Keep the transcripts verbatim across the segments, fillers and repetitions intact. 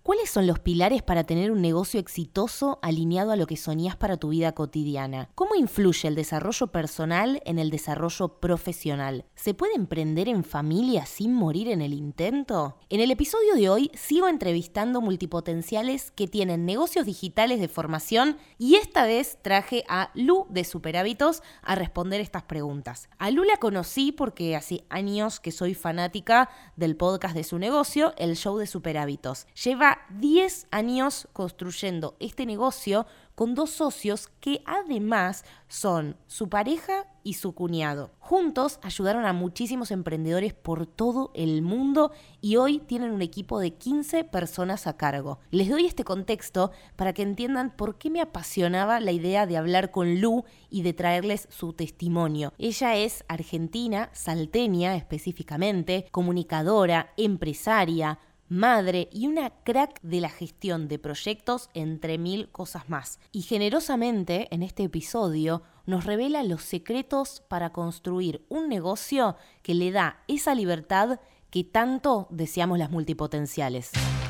¿Cuáles son los pilares para tener un negocio exitoso alineado a lo que soñás para tu vida cotidiana? ¿Cómo influye el desarrollo personal en el desarrollo profesional? ¿Se puede emprender en familia sin morir en el intento? En el episodio de hoy sigo entrevistando multipotenciales que tienen negocios digitales de formación y esta vez traje a Lu de Superhábitos a responder estas preguntas. A Lu la conocí porque hace años que soy fanática del podcast de su negocio, el Show de Superhábitos. Lleva diez años construyendo este negocio con dos socios que además son su pareja y su cuñado. Juntos ayudaron a muchísimos emprendedores por todo el mundo y hoy tienen un equipo de quince personas a cargo. Les doy este contexto para que entiendan por qué me apasionaba la idea de hablar con Lu y de traerles su testimonio. Ella es argentina, salteña específicamente, comunicadora, empresaria, madre y una crack de la gestión de proyectos, entre mil cosas más. Y generosamente en este episodio nos revela los secretos para construir un negocio que le da esa libertad que tanto deseamos las multipotenciales.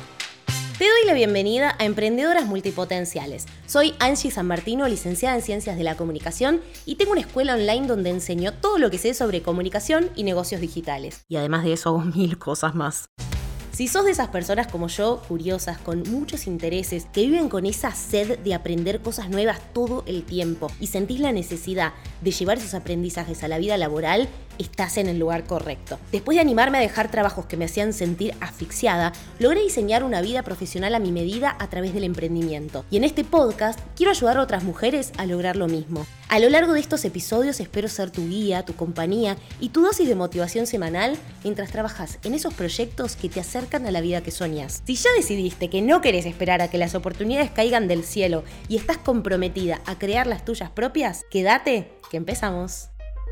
Te doy la bienvenida a Emprendedoras Multipotenciales. Soy Angie San Martino, licenciada en Ciencias de la Comunicación y tengo una escuela online donde enseño todo lo que sé sobre comunicación y negocios digitales. Y además de eso hago mil cosas más. Si sos de esas personas como yo, curiosas, con muchos intereses, que viven con esa sed de aprender cosas nuevas todo el tiempo y sentís la necesidad de llevar esos aprendizajes a la vida laboral, estás en el lugar correcto. Después de animarme a dejar trabajos que me hacían sentir asfixiada, logré diseñar una vida profesional a mi medida a través del emprendimiento. Y en este podcast quiero ayudar a otras mujeres a lograr lo mismo. A lo largo de estos episodios espero ser tu guía, tu compañía y tu dosis de motivación semanal mientras trabajas en esos proyectos que te acercan a la vida que soñas. Si ya decidiste que no querés esperar a que las oportunidades caigan del cielo y estás comprometida a crear las tuyas propias, quédate, que empezamos.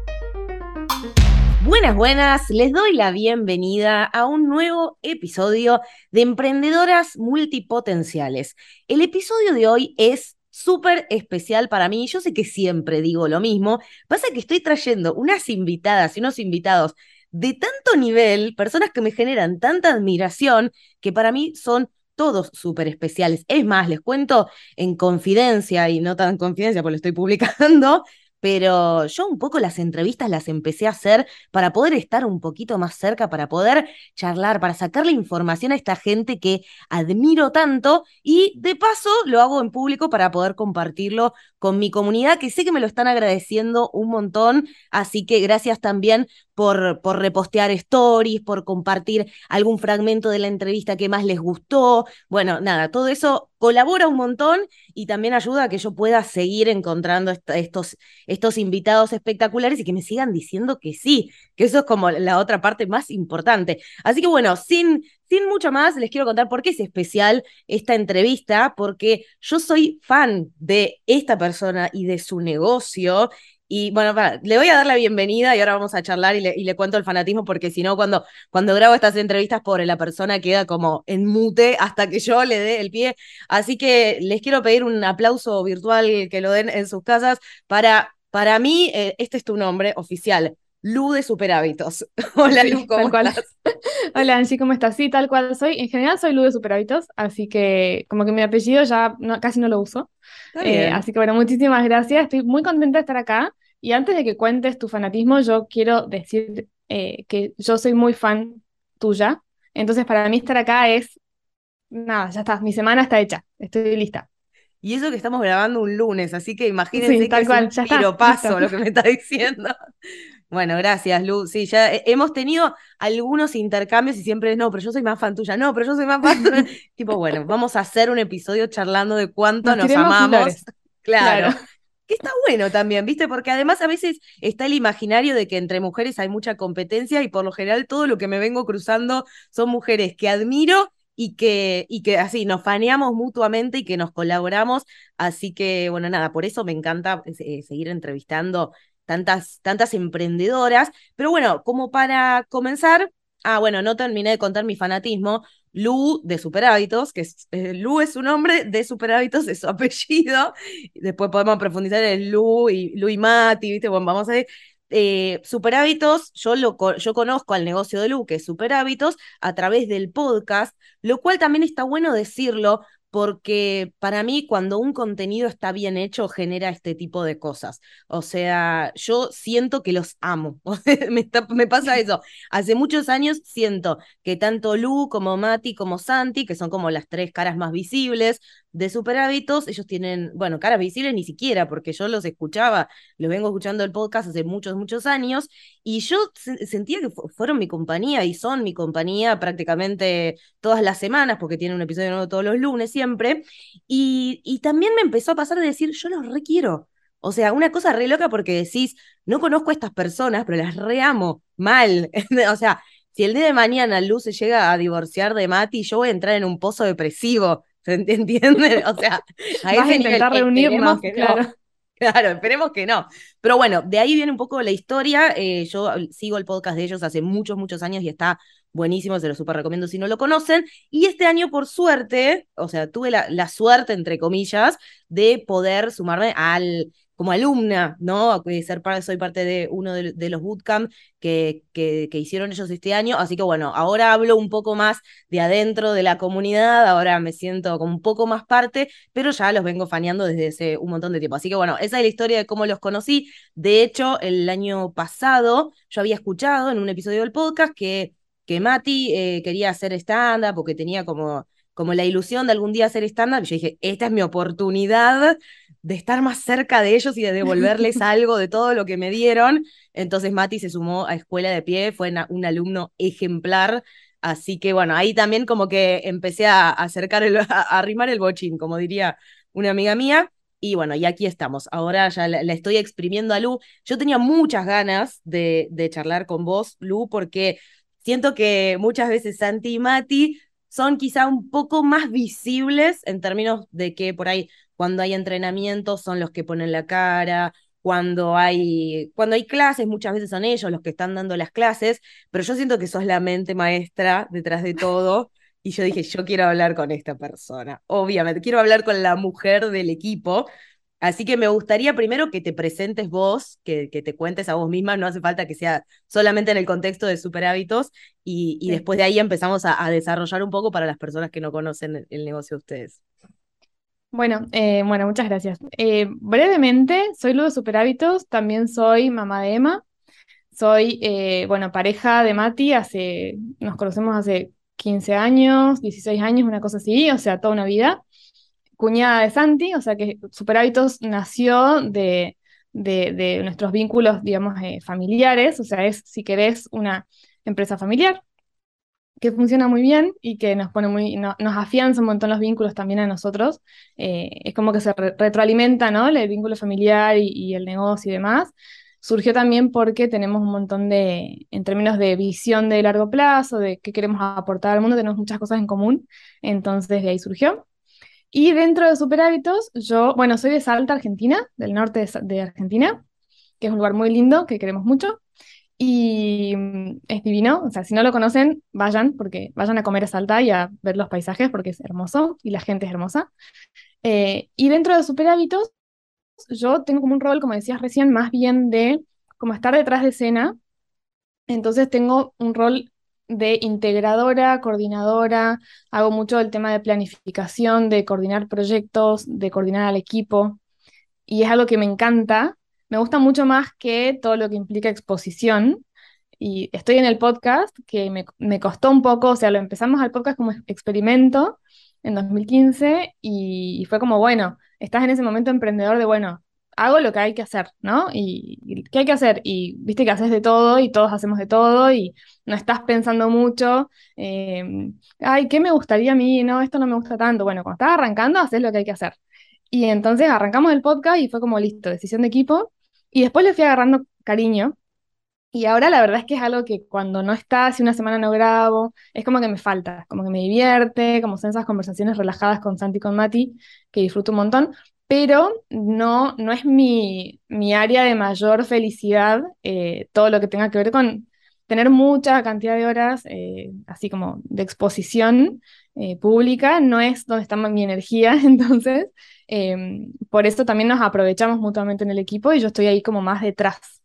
Buenas, buenas, les doy la bienvenida a un nuevo episodio de Emprendedoras Multipotenciales. El episodio de hoy es súper especial para mí. Yo sé que siempre digo lo mismo, pasa que estoy trayendo unas invitadas y unos invitados de tanto nivel, personas que me generan tanta admiración, que para mí son todos súper especiales. Es más, les cuento en confidencia, y no tan en confidencia porque lo estoy publicando, pero yo un poco las entrevistas las empecé a hacer para poder estar un poquito más cerca, para poder charlar, para sacarle información a esta gente que admiro tanto y de paso lo hago en público para poder compartirlo con mi comunidad, que sé que me lo están agradeciendo un montón, así que gracias también por, por repostear stories, por compartir algún fragmento de la entrevista que más les gustó. Bueno, nada, todo eso colabora un montón y también ayuda a que yo pueda seguir encontrando est- estos, estos invitados espectaculares y que me sigan diciendo que sí, que eso es como la otra parte más importante. Así que bueno, sin, sin mucho más, les quiero contar por qué es especial esta entrevista, porque yo soy fan de esta persona y de su negocio. Y bueno, para, le voy a dar la bienvenida y ahora vamos a charlar y le, y le cuento el fanatismo, porque si no, cuando, cuando grabo estas entrevistas, pobre, la persona queda como en mute hasta que yo le dé el pie. Así que les quiero pedir un aplauso virtual que lo den en sus casas. Para, para mí, eh, este es tu nombre oficial, Lu de Superhábitos. Hola, Lu, Sí, ¿cómo tal cual. estás? Hola Angie, ¿cómo estás? Sí, tal cual soy. En general soy Lu de Superhábitos, así que como que mi apellido ya no- casi no lo uso. Está Eh, bien. así que bueno, muchísimas gracias. Estoy muy contenta de estar acá. Y antes de que cuentes tu fanatismo, yo quiero decir eh, que yo soy muy fan tuya. Entonces para mí estar acá es, nada, ya está, mi semana está hecha, estoy lista. Y eso que estamos grabando un lunes, así que Sí, imagínense que tal es cual, un ya está, listo. piropazo lo que me está diciendo. Bueno, gracias, Lu. Sí, ya he- hemos tenido algunos intercambios y siempre es, no, pero yo soy más fan tuya, no, pero yo soy más fan tuya. Tipo, bueno, vamos a hacer un episodio charlando de cuánto Nos nos tiremos amamos. flores, claro. Claro. Que está bueno también, ¿viste? Porque además a veces está el imaginario de que entre mujeres hay mucha competencia y por lo general todo lo que me vengo cruzando son mujeres que admiro y que, y que así nos faneamos mutuamente y que nos colaboramos. Así que, bueno, nada, por eso me encanta eh, seguir entrevistando tantas, tantas emprendedoras. Pero bueno, como para comenzar, ah, bueno, no terminé de contar mi fanatismo. Lu de Superhábitos, que es, eh, Lu es su nombre, de Superhábitos es su apellido. Después podemos profundizar en Lu y, Lu y Mati, ¿viste? Bueno, vamos a ver. eh, Super Hábitos, yo, lo, yo conozco al negocio de Lu, que es Super Hábitos, a través del podcast, lo cual también está bueno decirlo, porque para mí cuando un contenido está bien hecho genera este tipo de cosas. O sea, yo siento que los amo. me, está, me pasa eso. Hace muchos años siento que tanto Lu como Mati como Santi, que son como las tres caras más visibles de Super Hábitos, ellos tienen, bueno, caras visibles ni siquiera, porque yo los escuchaba, los vengo escuchando el podcast hace muchos, muchos años, y yo se sentía que fu fueron mi compañía y son mi compañía prácticamente todas las semanas, porque tienen un episodio nuevo todos los lunes siempre, y, y también me empezó a pasar de decir, yo los requiero. O sea, una cosa re loca porque decís, no conozco a estas personas, pero las reamo mal. O sea, si el día de mañana Luz se llega a divorciar de Mati, yo voy a entrar en un pozo depresivo. ¿Se entiende? O sea, a Vas a ese nivel, intentar esperemos reunirnos, que no. claro. Claro, esperemos que no. Pero bueno, de ahí viene un poco la historia. Eh, yo sigo el podcast de ellos hace muchos, muchos años y está buenísimo, se lo súper recomiendo si no lo conocen. Y este año, por suerte, o sea, tuve la, la suerte, entre comillas, de poder sumarme al como alumna, ¿no? Ser parte, soy parte de uno de, de los bootcamp que, que, que hicieron ellos este año. Así que bueno, ahora hablo un poco más de adentro de la comunidad, ahora me siento como un poco más parte, pero ya los vengo faneando desde hace un montón de tiempo. Así que bueno, esa es la historia de cómo los conocí. De hecho, el año pasado yo había escuchado en un episodio del podcast que, que Mati eh, quería hacer stand-up porque tenía como, como la ilusión de algún día hacer stand-up. Y yo dije, esta es mi oportunidad de estar más cerca de ellos y de devolverles algo de todo lo que me dieron. Entonces Mati se sumó a Escuela de Pie, fue una, un alumno ejemplar. Así que bueno, ahí también como que empecé a acercar, el, a, a arrimar el bochín, como diría una amiga mía. Y bueno, y aquí estamos. Ahora ya la, la estoy exprimiendo a Lu. Yo tenía muchas ganas de, de charlar con vos, Lu, porque siento que muchas veces Santi y Mati son quizá un poco más visibles en términos de que por ahí cuando hay entrenamientos son los que ponen la cara, cuando hay, cuando hay clases muchas veces son ellos los que están dando las clases, pero yo siento que sos la mente maestra detrás de todo. Y yo dije, yo quiero hablar con esta persona, obviamente, quiero hablar con la mujer del equipo. Así que me gustaría primero que te presentes vos, que, que te cuentes a vos misma, no hace falta que sea solamente en el contexto de Super Hábitos, y, y Sí. después de ahí empezamos a, a desarrollar un poco para las personas que no conocen el, el negocio de ustedes. Bueno, eh, bueno, muchas gracias. Eh, brevemente, soy Lu de Super Hábitos, también soy mamá de Emma, soy, eh, bueno, pareja de Mati, hace, nos conocemos hace quince años, dieciséis años, una cosa así, o sea, toda una vida. Cuñada de Santi, o sea que Super Hábitos nació de, de, de nuestros vínculos, digamos, eh, familiares, o sea, es, si querés, una empresa familiar que funciona muy bien y que nos pone muy, no- nos afianza un montón los vínculos también a nosotros. Eh, es como que se re- retroalimenta, ¿no? El vínculo familiar y, y el negocio y demás. Surgió también porque tenemos un montón de, en términos de visión de largo plazo, de qué queremos aportar al mundo, tenemos muchas cosas en común, entonces de ahí surgió. Y dentro de Super Hábitos, yo, bueno, soy de Salta, Argentina, del norte de, Sa- de Argentina, que es un lugar muy lindo, que queremos mucho. Y mm, es divino, o sea, si no lo conocen, vayan, porque vayan a comer a Salta y a ver los paisajes, porque es hermoso y la gente es hermosa. Eh, y dentro de Super Hábitos, yo tengo como un rol, como decías recién, más bien de como estar detrás de escena. Entonces tengo un rol de integradora, coordinadora, hago mucho el tema de planificación, de coordinar proyectos, de coordinar al equipo, y es algo que me encanta. Me gusta mucho más que todo lo que implica exposición. Y estoy en el podcast, que me, me costó un poco, o sea, lo empezamos al podcast como experimento en dos mil quince y, y fue como, bueno, estás en ese momento emprendedor de, bueno, hago lo que hay que hacer, ¿no? Y, y ¿qué hay que hacer? Y viste que haces de todo y todos hacemos de todo y no estás pensando mucho, eh, ay, ¿qué me gustaría a mí? No, esto no me gusta tanto. Bueno, cuando estás arrancando, haces lo que hay que hacer. Y entonces arrancamos el podcast y fue como listo, decisión de equipo. Y después le fui agarrando cariño. Y ahora la verdad es que es algo que cuando no está, si una semana no grabo, es como que me falta, como que me divierte, como son esas conversaciones relajadas con Santi y con Mati, que disfruto un montón, pero no, no es mi, mi área de mayor felicidad, eh, todo lo que tenga que ver con tener mucha cantidad de horas, eh, así como de exposición eh, pública, no es donde está mi energía, entonces, eh, por eso también nos aprovechamos mutuamente en el equipo y yo estoy ahí como más detrás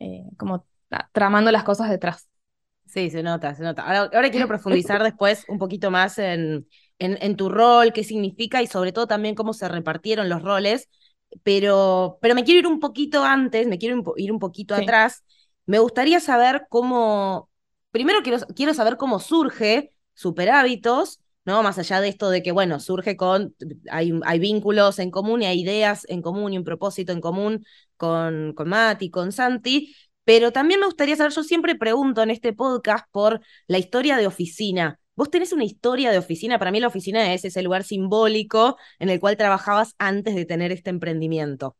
eh, como tra- tramando las cosas detrás. Sí, se nota, se nota. Ahora, ahora quiero profundizar después un poquito más en, en, en tu rol, qué significa y sobre todo también cómo se repartieron los roles, pero, pero me quiero ir un poquito antes, me quiero un po- ir un poquito Sí. atrás. Me gustaría saber cómo, primero quiero, quiero saber cómo surge Superhábitos, ¿no? Más allá de esto de que, bueno, surge con, hay, hay vínculos en común y hay ideas en común y un propósito en común con, con Mati, con Santi. Pero también me gustaría saber, yo siempre pregunto en este podcast por la historia de oficina. ¿Vos tenés una historia de oficina? Para mí la oficina es ese lugar simbólico en el cual trabajabas antes de tener este emprendimiento.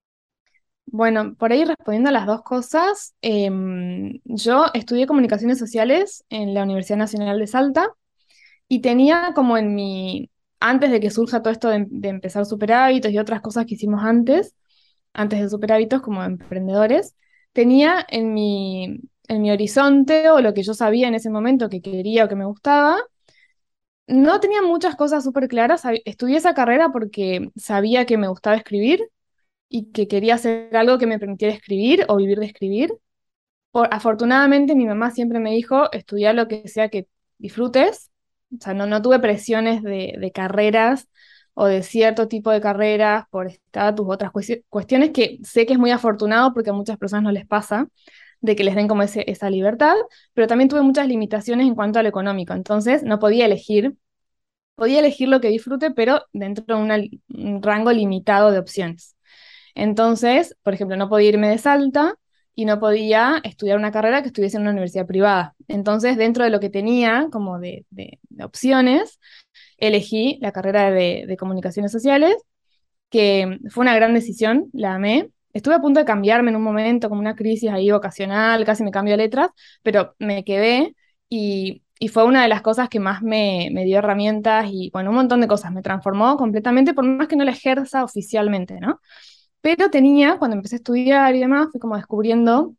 Bueno, por ahí respondiendo a las dos cosas, em, yo estudié comunicaciones sociales en la Universidad Nacional de Salta y tenía como en mi, antes de que surja todo esto de, de empezar Superhábitos y otras cosas que hicimos antes, antes de Superhábitos como emprendedores, tenía en mi, en mi horizonte o lo que yo sabía en ese momento que quería o que me gustaba, no tenía muchas cosas súper claras. Sab- Estudié esa carrera porque sabía que me gustaba escribir y que quería hacer algo que me permitiera escribir o vivir de escribir. Por, afortunadamente, mi mamá siempre me dijo, estudia lo que sea que disfrutes. O sea, no, no tuve presiones de, de carreras o de cierto tipo de carreras por estatus, otras cuestiones cuestiones que sé que es muy afortunado porque a muchas personas no les pasa, de que les den como ese, esa libertad, pero también tuve muchas limitaciones en cuanto a lo económico. Entonces, no podía elegir, podía elegir lo que disfrute, pero dentro de una- un rango limitado de opciones. Entonces, por ejemplo, no podía irme de Salta y no podía estudiar una carrera que estuviese en una universidad privada. Entonces, dentro de lo que tenía como de, de- de opciones, elegí la carrera de, de comunicaciones sociales, que fue una gran decisión, la amé. Estuve a punto de cambiarme en un momento, como una crisis ahí vocacional, casi me cambio de letras, pero me quedé y, y fue una de las cosas que más me, me dio herramientas y, bueno, un montón de cosas. Me transformó completamente, por más que no la ejerza oficialmente, ¿no? Pero tenía, cuando empecé a estudiar y demás, fui como descubriendo,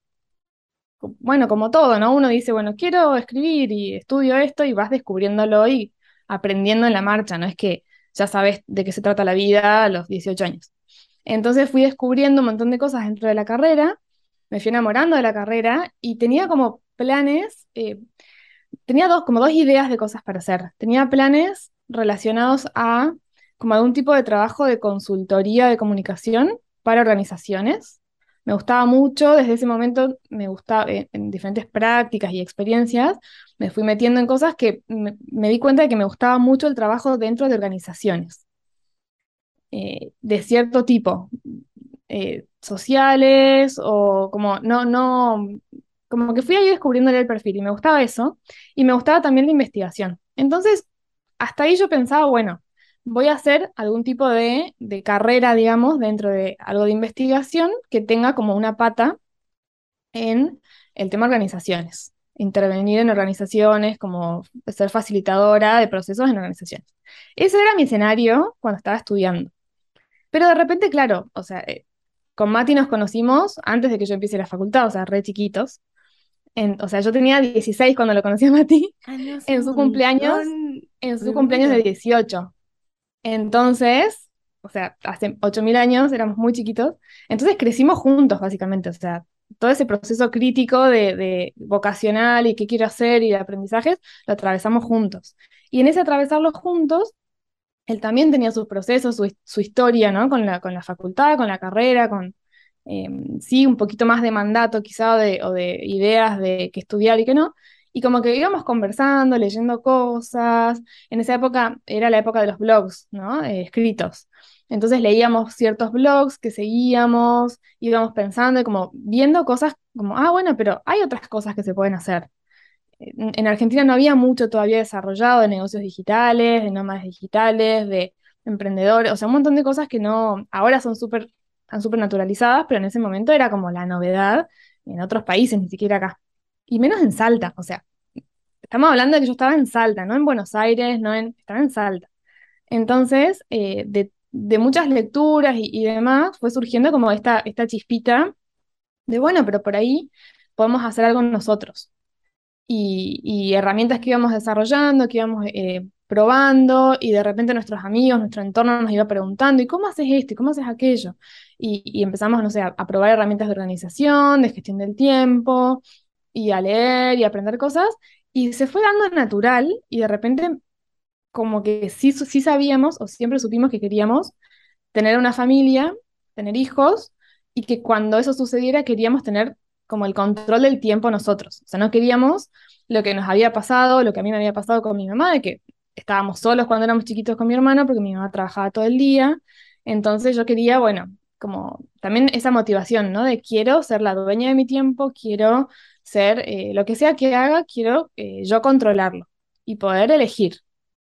bueno, como todo, ¿no? Uno dice, bueno, quiero escribir y estudio esto y vas descubriéndolo y aprendiendo en la marcha, no es que ya sabes de qué se trata la vida a los dieciocho años. Entonces fui descubriendo un montón de cosas dentro de la carrera, me fui enamorando de la carrera y tenía como planes, eh, tenía dos, como dos ideas de cosas para hacer. Tenía planes relacionados a como algún tipo de trabajo de consultoría de comunicación para organizaciones. Me gustaba mucho, desde ese momento me gustaba, eh, en diferentes prácticas y experiencias, me fui metiendo en cosas que me, me di cuenta de que me gustaba mucho el trabajo dentro de organizaciones, eh, de cierto tipo, eh, sociales o como, no, no, como que fui ahí descubriéndole el perfil y me gustaba eso y me gustaba también la investigación. Entonces, hasta ahí yo pensaba, bueno, voy a hacer algún tipo de, de carrera, digamos, dentro de algo de investigación que tenga como una pata en el tema organizaciones, intervenir en organizaciones, como ser facilitadora de procesos en organizaciones. Ese era mi escenario cuando estaba estudiando. Pero de repente, claro, o sea, eh, con Mati nos conocimos antes de que yo empiece la facultad, o sea, re chiquitos. En- o sea, yo tenía dieciséis cuando lo conocí a Mati, Ah, no, es en un su cumpleaños, montón. en su Me cumpleaños de muero. dieciocho. Entonces, o sea, hace ocho mil años éramos muy chiquitos. Entonces crecimos juntos, básicamente. O sea, todo ese proceso crítico de, de vocacional y qué quiero hacer y de aprendizajes, lo atravesamos juntos. Y en ese atravesarlo juntos, él también tenía sus procesos, su, su historia, ¿no? Con la, con la facultad, con la carrera, con, eh, sí, un poquito más de mandato quizá de, o de ideas de qué estudiar y qué no. Y como que íbamos conversando, leyendo cosas. En esa época era la época de los blogs, ¿no? Eh, escritos. Entonces leíamos ciertos blogs que seguíamos, íbamos pensando y como viendo cosas como, ah, bueno, pero hay otras cosas que se pueden hacer. En, en Argentina no había mucho todavía desarrollado de negocios digitales, de nómadas digitales, de emprendedores, o sea, un montón de cosas que no, ahora son súper, están súper naturalizadas, pero en ese momento era como la novedad en otros países, ni siquiera acá. Y menos en Salta, o sea, estamos hablando de que yo estaba en Salta, no en Buenos Aires, no en, estaba en Salta. Entonces, eh, de, de muchas lecturas y, y demás, fue surgiendo como esta, esta chispita de, bueno, pero por ahí podemos hacer algo nosotros y, y herramientas que íbamos desarrollando, que íbamos eh, probando y de repente nuestros amigos, nuestro entorno nos iba preguntando, ¿y cómo haces esto? ¿Y cómo haces aquello? Y, y empezamos, no sé, a, a probar herramientas de organización, de gestión del tiempo, y a leer y a aprender cosas, y se fue dando natural, y de repente como que sí, sí sabíamos, o siempre supimos que queríamos tener una familia, tener hijos, y que cuando eso sucediera queríamos tener como el control del tiempo nosotros. O sea, no queríamos lo que nos había pasado, lo que a mí me había pasado con mi mamá, de que estábamos solos cuando éramos chiquitos con mi hermana, porque mi mamá trabajaba todo el día. Entonces yo quería, bueno, como también esa motivación, ¿no? De quiero ser la dueña de mi tiempo, quiero ser, eh, lo que sea que haga, quiero eh, yo controlarlo y poder elegir.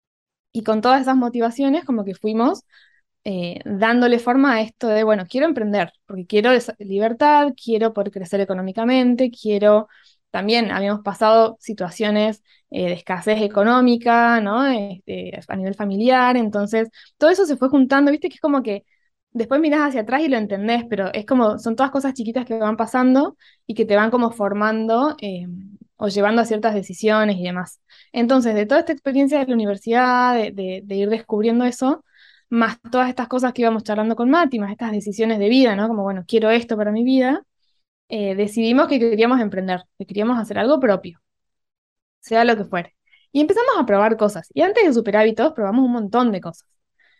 Y con todas esas motivaciones, como que fuimos eh, dándole forma a esto de, bueno, quiero emprender, porque quiero esa libertad, quiero poder crecer económicamente, quiero, también habíamos pasado situaciones eh, de escasez económica, ¿no? Este, a nivel familiar, entonces todo eso se fue juntando, viste que es como que después mirás hacia atrás y lo entendés, pero es como, son todas cosas chiquitas que van pasando y que te van como formando eh, o llevando a ciertas decisiones y demás. Entonces, de toda esta experiencia de la universidad, de, de de ir descubriendo eso, más todas estas cosas que íbamos charlando con Mati, más estas decisiones de vida, ¿no? Como, bueno, quiero esto para mi vida, eh, decidimos que queríamos emprender, que queríamos hacer algo propio, sea lo que fuere. Y empezamos a probar cosas. Y antes de Super Hábitos probamos un montón de cosas,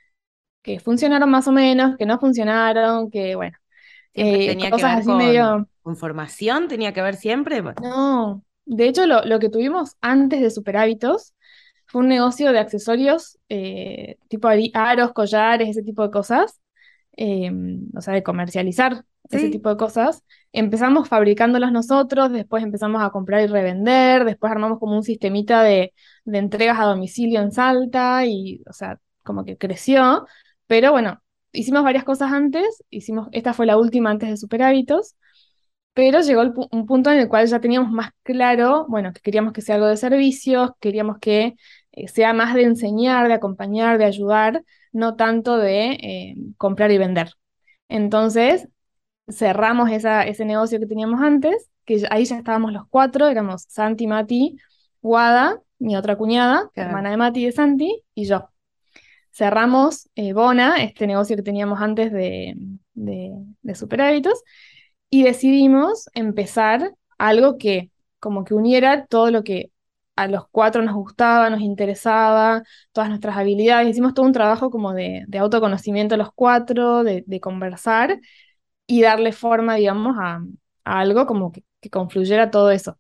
que funcionaron más o menos, que no funcionaron, que, bueno, Siempre eh, tenía que cosas ver así con, medio... con formación, tenía que ver siempre. No, de hecho lo, lo que tuvimos antes de Super Hábitos fue un negocio de accesorios, eh, tipo ari- aros, collares, ese tipo de cosas, eh, o sea, de comercializar ese Sí. tipo de cosas. Empezamos fabricándolos nosotros, después empezamos a comprar y revender, después armamos como un sistemita de, de entregas a domicilio en Salta y, o sea, como que creció, pero bueno, hicimos varias cosas antes, hicimos, esta fue la última antes de Super Hábitos, pero llegó el pu- un punto en el cual ya teníamos más claro, bueno, que queríamos que sea algo de servicios, queríamos que eh, sea más de enseñar, de acompañar, de ayudar, no tanto de eh, comprar y vender. Entonces, cerramos esa, ese negocio que teníamos antes, que ya- ahí ya estábamos los cuatro, éramos Santi, Mati, Guada, mi otra cuñada, Claro. hermana de Mati y de Santi, y yo. Cerramos eh, Bona, este negocio que teníamos antes de, de, de Super Hábitos, y decidimos empezar algo que como que uniera todo lo que a los cuatro nos gustaba, nos interesaba, todas nuestras habilidades. Hicimos todo un trabajo como de, de autoconocimiento los cuatro, de, de conversar y darle forma, digamos, a, a algo como que, que confluyera todo eso.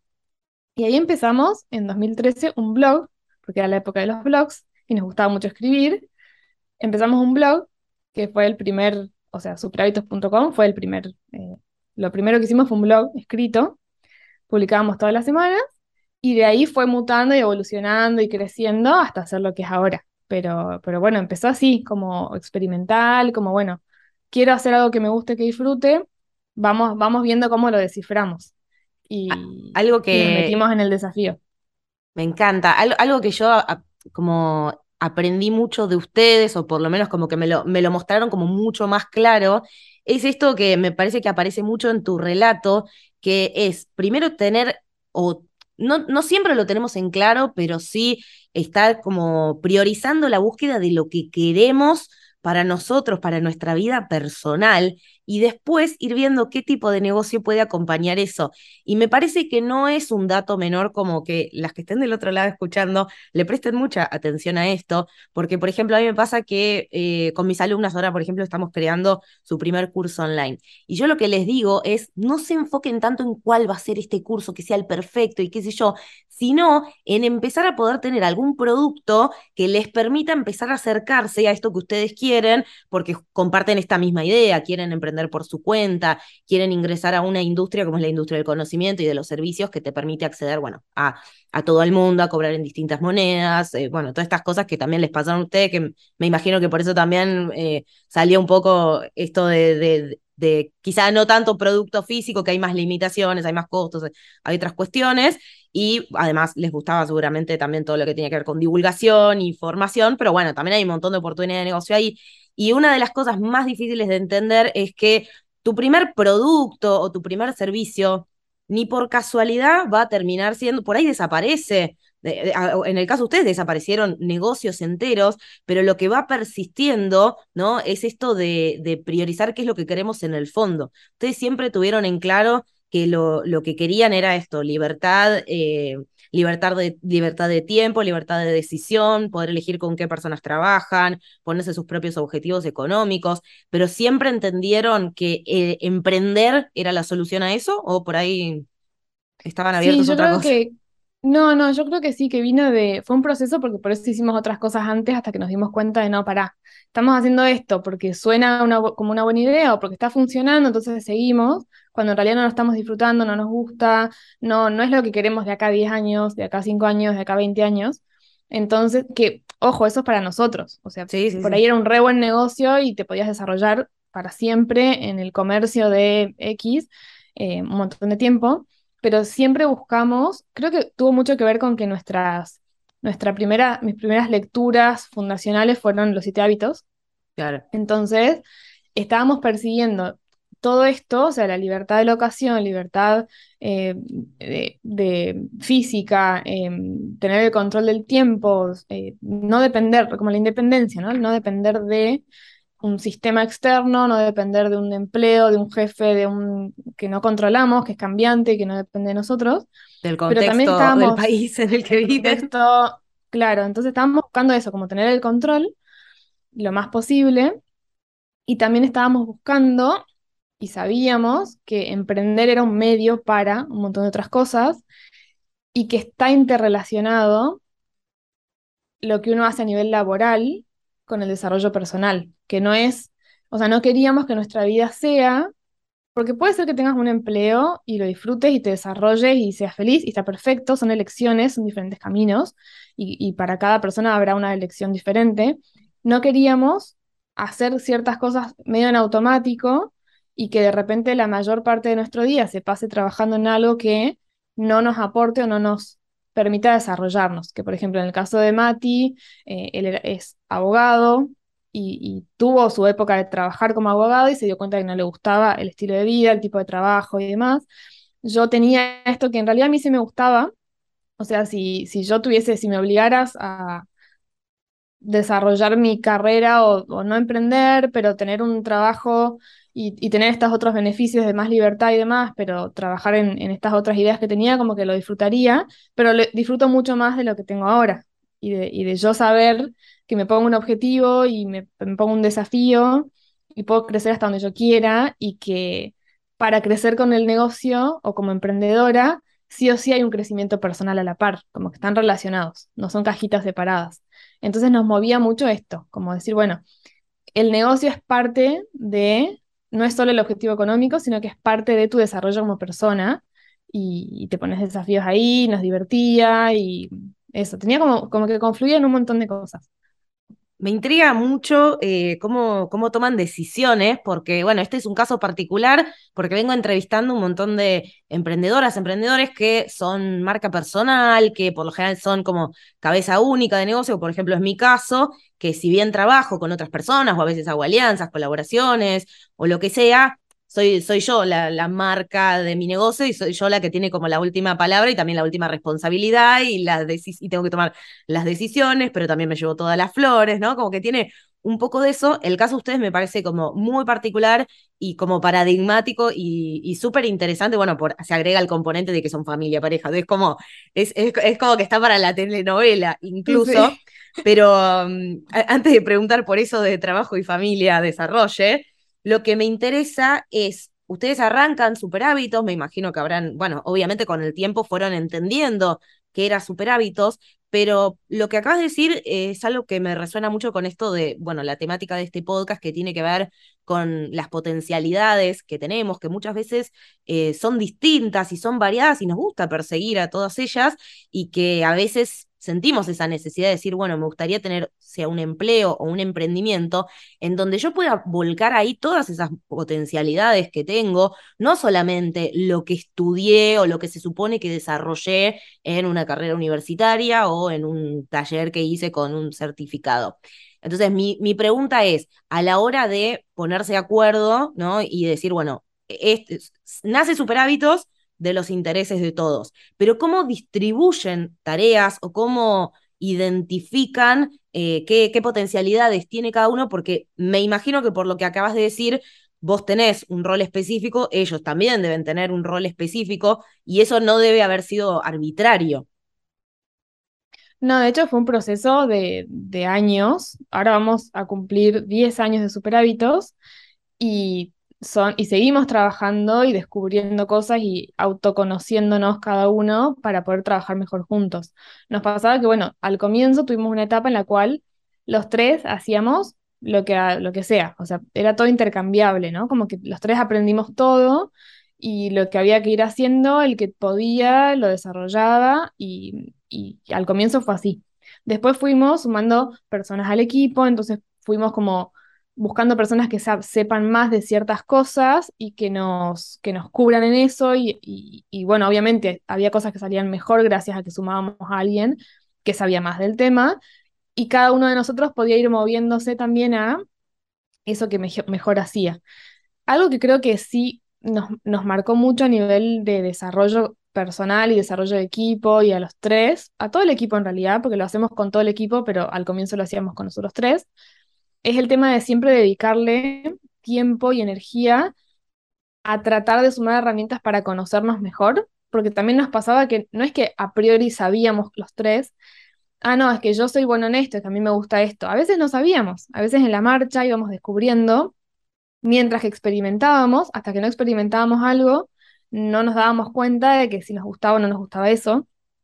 Y ahí empezamos en dos mil trece un blog, porque era la época de los blogs y nos gustaba mucho escribir. Empezamos un blog que fue el primer, o sea, superhábitos punto com fue el primer, eh, lo primero que hicimos fue un blog escrito, publicábamos todas las semanas y de ahí fue mutando y evolucionando y creciendo hasta ser lo que es ahora. Pero, pero bueno, empezó así, como experimental, como bueno, quiero hacer algo que me guste, que disfrute, vamos, vamos viendo cómo lo desciframos. A- Y, Algo y nos que metimos en el desafío. me encanta, algo, algo que yo a- como aprendí mucho de ustedes, o por lo menos como que me lo, me lo mostraron como mucho más claro, es esto que me parece que aparece mucho en tu relato, que es primero tener, o no, no siempre lo tenemos en claro, pero sí estar como priorizando la búsqueda de lo que queremos para nosotros, para nuestra vida personal, y después ir viendo qué tipo de negocio puede acompañar eso. Y me parece que no es un dato menor como que las que estén del otro lado escuchando le presten mucha atención a esto, porque por ejemplo a mí me pasa que eh, con mis alumnas ahora, por ejemplo, estamos creando su primer curso online. Y yo lo que les digo es, no se enfoquen tanto en cuál va a ser este curso, que sea el perfecto y qué sé yo, sino en empezar a poder tener algún producto que les permita empezar a acercarse a esto que ustedes quieren, porque comparten esta misma idea, quieren emprender por su cuenta, quieren ingresar a una industria como es la industria del conocimiento y de los servicios que te permite acceder, bueno, a, a todo el mundo, a cobrar en distintas monedas, eh, bueno, todas estas cosas que también les pasaron a ustedes, que me imagino que por eso también eh, salió un poco esto de, de, de quizá no tanto producto físico, que hay más limitaciones, hay más costos, hay otras cuestiones, y además les gustaba seguramente también todo lo que tiene que ver con divulgación y formación, pero bueno, también hay un montón de oportunidades de negocio ahí. Y una de las cosas más difíciles de entender es que tu primer producto o tu primer servicio ni por casualidad va a terminar siendo, por ahí desaparece, de- en el caso de ustedes desaparecieron negocios enteros, pero lo que va persistiendo, ¿no? Es esto de, de priorizar qué es lo que queremos en el fondo. Ustedes siempre tuvieron en claro que lo, lo que querían era esto, libertad, eh, libertad de, libertad de tiempo, libertad de decisión, poder elegir con qué personas trabajan, ponerse sus propios objetivos económicos, pero siempre entendieron que eh, emprender era la solución a eso, o por ahí estaban Sí, abiertos a yo otra creo cosa. que, no, no, yo creo que sí, que vino de, fue un proceso porque por eso hicimos otras cosas antes hasta que nos dimos cuenta de, no, pará, estamos haciendo esto porque suena una bu- como una buena idea o porque está funcionando, entonces seguimos, cuando en realidad no lo estamos disfrutando, no nos gusta, no, no es lo que queremos de acá a diez años, de acá a cinco años, de acá a veinte años. Entonces, que, ojo, eso es para nosotros, o sea, Sí, sí, por sí. ahí era un re buen negocio y te podías desarrollar para siempre en el comercio de X, eh, un montón de tiempo, pero siempre buscamos, creo que tuvo mucho que ver con que nuestras, nuestra primera, mis primeras lecturas fundacionales fueron Los Siete Hábitos. Claro. Entonces, estábamos persiguiendo todo esto, o sea, la libertad de locación, libertad eh, de, de física, eh, tener el control del tiempo, eh, no depender, como la independencia, ¿no? No depender de un sistema externo, no depender de un empleo, de un jefe, de un que no controlamos, que es cambiante, que no depende de nosotros, Del pero también contexto del estábamos, país en el que el viven. contexto, claro, entonces estábamos buscando eso, como tener el control lo más posible, y también estábamos buscando y sabíamos que emprender era un medio para un montón de otras cosas y que está interrelacionado lo que uno hace a nivel laboral con el desarrollo personal, que no es, o sea, no queríamos que nuestra vida sea, porque puede ser que tengas un empleo y lo disfrutes y te desarrolles y seas feliz y está perfecto, son elecciones, son diferentes caminos y, y para cada persona habrá una elección diferente. No queríamos hacer ciertas cosas medio en automático y que de repente la mayor parte de nuestro día se pase trabajando en algo que no nos aporte o no nos permita desarrollarnos. Que por ejemplo en el caso de Mati, eh, él era- es abogado y, y tuvo su época de trabajar como abogado y se dio cuenta que no le gustaba el estilo de vida, el tipo de trabajo y demás. Yo tenía esto que en realidad a mí sí me gustaba, o sea, si, si yo tuviese, si me obligaras a desarrollar mi carrera o, o no emprender, pero tener un trabajo y, y tener estos otros beneficios de más libertad y demás, pero trabajar en, en estas otras ideas que tenía, como que lo disfrutaría, pero lo, disfruto mucho más de lo que tengo ahora y de, y de yo saber que me pongo un objetivo y me, me pongo un desafío y puedo crecer hasta donde yo quiera y que para crecer con el negocio o como emprendedora, sí o sí hay un crecimiento personal a la par, como que están relacionados, no son cajitas separadas. Entonces nos movía mucho esto, como decir, bueno, el negocio es parte de, no es solo el objetivo económico, sino que es parte de tu desarrollo como persona y, y te pones desafíos ahí, nos divertía y eso, tenía como, como que confluía en un montón de cosas. Me intriga mucho eh, cómo, cómo toman decisiones, porque, bueno, este es un caso particular, porque vengo entrevistando un montón de emprendedoras, emprendedores que son marca personal, que por lo general son como cabeza única de negocio, por ejemplo, es mi caso, que si bien trabajo con otras personas, o a veces hago alianzas, colaboraciones, o lo que sea, soy, soy yo la, la marca de mi negocio y soy yo la que tiene como la última palabra y también la última responsabilidad y, la decis- y tengo que tomar las decisiones, pero también me llevo todas las flores, ¿no? Como que tiene un poco de eso. El caso de ustedes me parece como muy particular y como paradigmático y, y súper interesante. Bueno, por, se agrega el componente de que son familia, pareja. Es como, es, es, es como que está para la telenovela incluso. Sí. Pero um, a- antes de preguntar por eso de trabajo y familia desarrolle, lo que me interesa es, ustedes arrancan super hábitos, me imagino que habrán, bueno, obviamente con el tiempo fueron entendiendo que era super hábitos, pero lo que acabas de decir eh, es algo que me resuena mucho con esto de, bueno, la temática de este podcast que tiene que ver con las potencialidades que tenemos, que muchas veces eh, son distintas y son variadas y nos gusta perseguir a todas ellas y que a veces sentimos esa necesidad de decir, bueno, me gustaría tener sea un empleo o un emprendimiento en donde yo pueda volcar ahí todas esas potencialidades que tengo, no solamente lo que estudié o lo que se supone que desarrollé en una carrera universitaria o en un taller que hice con un certificado. Entonces, mi, mi pregunta es, a la hora de ponerse de acuerdo, ¿no? Y decir, bueno, este, nace Superhábitos, de los intereses de todos, pero cómo distribuyen tareas o cómo identifican eh, qué, qué potencialidades tiene cada uno, porque me imagino que por lo que acabas de decir, vos tenés un rol específico, ellos también deben tener un rol específico, y eso no debe haber sido arbitrario. No, de hecho fue un proceso de, de años. Ahora vamos a cumplir diez años de Super Hábitos y, son, y seguimos trabajando y descubriendo cosas y autoconociéndonos cada uno para poder trabajar mejor juntos. Nos pasaba que, bueno, al comienzo tuvimos una etapa en la cual los tres hacíamos lo que, a- lo que sea, o sea, era todo intercambiable, ¿no? Como que los tres aprendimos todo y lo que había que ir haciendo, el que podía lo desarrollaba y, y al comienzo fue así. Después fuimos sumando personas al equipo, entonces fuimos como buscando personas que sa- sepan más de ciertas cosas y que nos, que nos cubran en eso. Y, y- y, bueno, obviamente había cosas que salían mejor gracias a que sumábamos a alguien que sabía más del tema y cada uno de nosotros podía ir moviéndose también a eso que mejo- mejor hacía. Algo que creo que sí nos, nos marcó mucho a nivel de desarrollo personal y desarrollo de equipo y a los tres, a todo el equipo en realidad, porque lo hacemos con todo el equipo, pero al comienzo lo hacíamos con nosotros tres, es el tema de siempre dedicarle tiempo y energía a tratar de sumar herramientas para conocernos mejor, porque también nos pasaba que no es que a priori sabíamos los tres, ah, no, es que yo soy bueno en esto, es que a mí me gusta esto. A veces no sabíamos, a veces en la marcha íbamos descubriendo, mientras que experimentábamos, hasta que no experimentábamos algo, no nos dábamos cuenta de que si nos gustaba o no nos gustaba eso.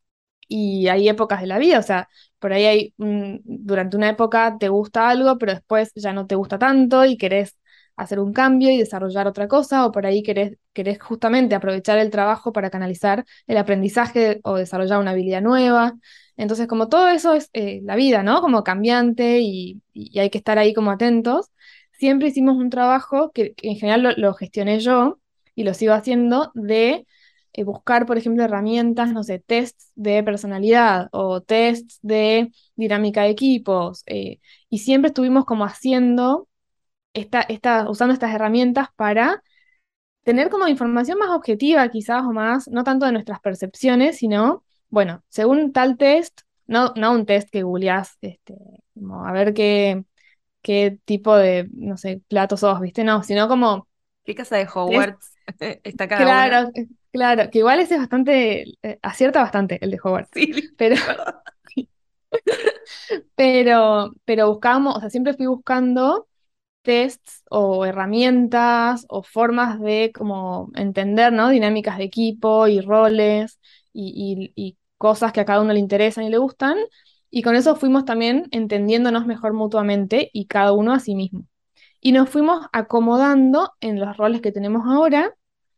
Y hay épocas de la vida, o sea, por ahí hay, un- durante una época te gusta algo, pero después ya no te gusta tanto y querés hacer un cambio y desarrollar otra cosa, o por ahí querés, querés justamente aprovechar el trabajo para canalizar el aprendizaje o desarrollar una habilidad nueva. Entonces, como todo eso es eh, la vida, ¿no? Como cambiante y, y hay que estar ahí como atentos. Siempre hicimos un trabajo que, que en general lo, lo gestioné yo y lo sigo haciendo de eh, buscar, por ejemplo, herramientas, no sé, tests de personalidad o tests de dinámica de equipos. Eh, y siempre estuvimos como haciendo, esta, esta, usando estas herramientas para tener como información más objetiva quizás o más, no tanto de nuestras percepciones, sino, bueno, según tal test, no, no un test que googleás, este, como a ver qué, qué tipo de, no sé, plato sos, ¿viste? No, sino como ¿Qué casa de test. Hogwarts está cada una? Claro, eh, claro, que igual ese es bastante, eh, acierta bastante el de Hogwarts, Sí, pero, perdón. pero, pero buscamos, o sea, siempre fui buscando tests o herramientas o formas de como entender, ¿no? Dinámicas de equipo y roles y, y, y cosas que a cada uno le interesan y le gustan, y con eso fuimos también entendiéndonos mejor mutuamente y cada uno a sí mismo. Y nos fuimos acomodando en los roles que tenemos ahora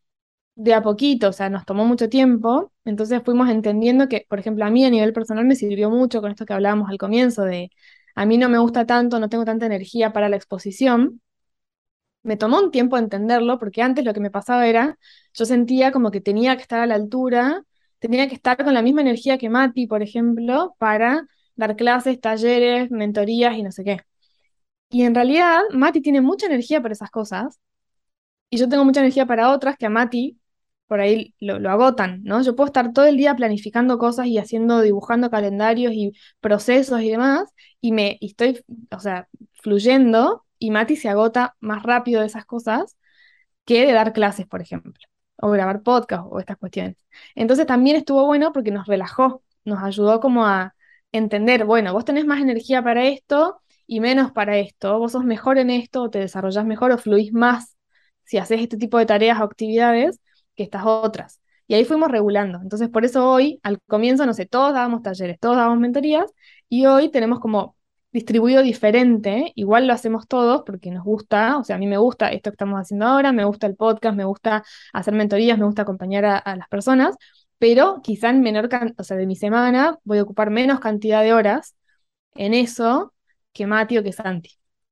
de a poquito, o sea, nos tomó mucho tiempo, entonces fuimos entendiendo que, por ejemplo, a mí a nivel personal me sirvió mucho con esto que hablábamos al comienzo de, a mí no me gusta tanto, no tengo tanta energía para la exposición. Me tomó un tiempo entenderlo, porque antes lo que me pasaba era, yo sentía como que tenía que estar a la altura, tenía que estar con la misma energía que Mati, por ejemplo, para dar clases, talleres, mentorías y no sé qué. Y en realidad, Mati tiene mucha energía para esas cosas, y yo tengo mucha energía para otras que a Mati por ahí lo, lo agotan, ¿no? Yo puedo estar todo el día planificando cosas y haciendo, dibujando calendarios y procesos y demás, y me y estoy, o sea, fluyendo, y Mati se agota más rápido de esas cosas que de dar clases, por ejemplo, o grabar podcast o estas cuestiones. Entonces también estuvo bueno porque nos relajó, nos ayudó como a entender, bueno, vos tenés más energía para esto y menos para esto, vos sos mejor en esto, o te desarrollás mejor o fluís más si haces este tipo de tareas o actividades que estas otras. Y ahí fuimos regulando. Entonces, por eso hoy, al comienzo, no sé, todos dábamos talleres, todos dábamos mentorías, y hoy tenemos como distribuido diferente, igual lo hacemos todos porque nos gusta, o sea, a mí me gusta esto que estamos haciendo ahora, me gusta el podcast, me gusta hacer mentorías, me gusta acompañar a, a las personas, pero quizá en menor, can- o sea, de mi semana voy a ocupar menos cantidad de horas en eso que Mati o que Santi.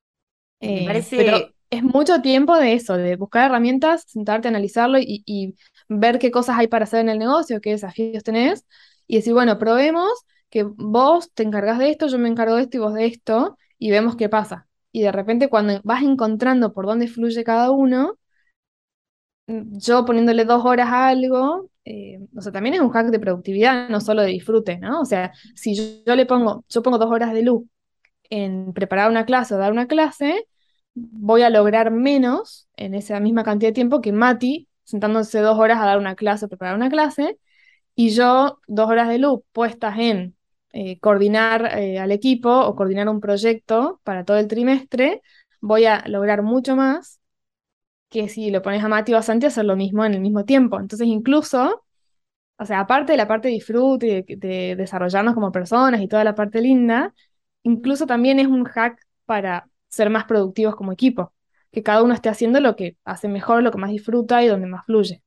Me Eh, pero parece, es mucho tiempo de eso, de buscar herramientas, sentarte a analizarlo y, y ver qué cosas hay para hacer en el negocio, qué desafíos tenés, y decir, bueno, probemos que vos te encargas de esto, yo me encargo de esto y vos de esto, y vemos qué pasa. Y de repente cuando vas encontrando por dónde fluye cada uno, mm, yo poniéndole dos horas a algo, eh, o sea, también es un hack de productividad, no solo de disfrute, ¿no? O sea, si yo, yo le pongo, yo pongo dos horas de luz en preparar una clase o dar una clase, voy a lograr menos en esa misma cantidad de tiempo que Mati sentándose dos horas a dar una clase o preparar una clase, y yo dos horas de luz puestas en eh, coordinar eh, al equipo o coordinar un proyecto para todo el trimestre, voy a lograr mucho más que si lo pones a Mati o a Santi a hacer lo mismo en el mismo tiempo. Entonces, incluso, o sea, aparte de la parte de disfrute y de, de desarrollarnos como personas y toda la parte linda, incluso también es un hack para ser más productivos como equipo, que cada uno esté haciendo lo que hace mejor, lo que más disfruta y donde más fluye.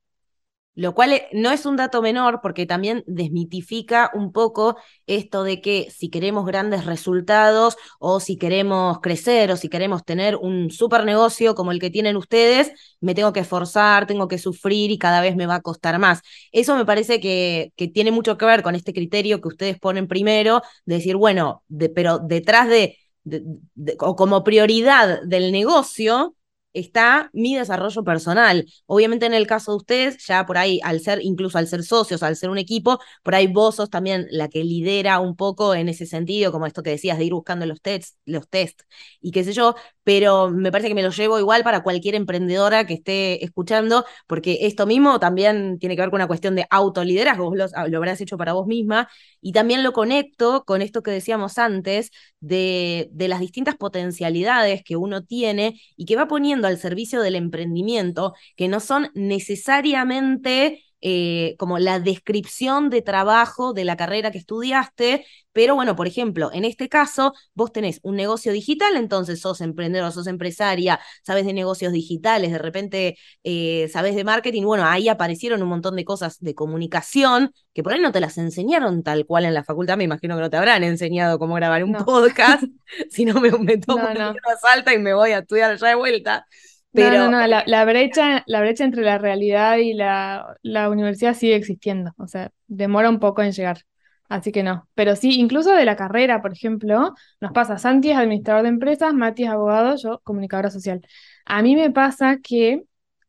Lo cual eh, no es un dato menor porque también desmitifica un poco esto de que si queremos grandes resultados o si queremos crecer o si queremos tener un super negocio como el que tienen ustedes, me tengo que esforzar, tengo que sufrir y cada vez me va a costar más. Eso me parece que, que tiene mucho que ver con este criterio que ustedes ponen primero, de decir, bueno, de, pero detrás de, de, de o como prioridad del negocio está mi desarrollo personal. Obviamente en el caso de ustedes, ya por ahí, al ser, incluso al ser socios, al ser un equipo, por ahí vos sos también la que lidera un poco en ese sentido, como esto que decías de ir buscando los tests, los test y qué sé yo, pero me parece que me lo llevo igual para cualquier emprendedora que esté escuchando, porque esto mismo también tiene que ver con una cuestión de autoliderazgo, vos lo, lo habrás hecho para vos misma, y también lo conecto con esto que decíamos antes, de, de las distintas potencialidades que uno tiene y que va poniendo al servicio del emprendimiento, que no son necesariamente eh, como la descripción de trabajo de la carrera que estudiaste, pero bueno, por ejemplo, en este caso, vos tenés un negocio digital, entonces sos emprendedor, sos empresaria, sabes de negocios digitales, de repente eh, sabes de marketing, bueno, ahí aparecieron un montón de cosas de comunicación que por ahí no te las enseñaron tal cual en la facultad, me imagino que no te habrán enseñado cómo grabar un No, podcast, si no me, me tomo no, el no. micro salta y me voy a estudiar allá de vuelta. No, no, Pero no, la, la brecha, la brecha entre la realidad y la, la universidad sigue existiendo, o sea, demora un poco en llegar, así que no. Pero sí, incluso de la carrera, por ejemplo, nos pasa, Santi es administrador de empresas, Mati es abogado, yo comunicadora social. A mí me pasa que,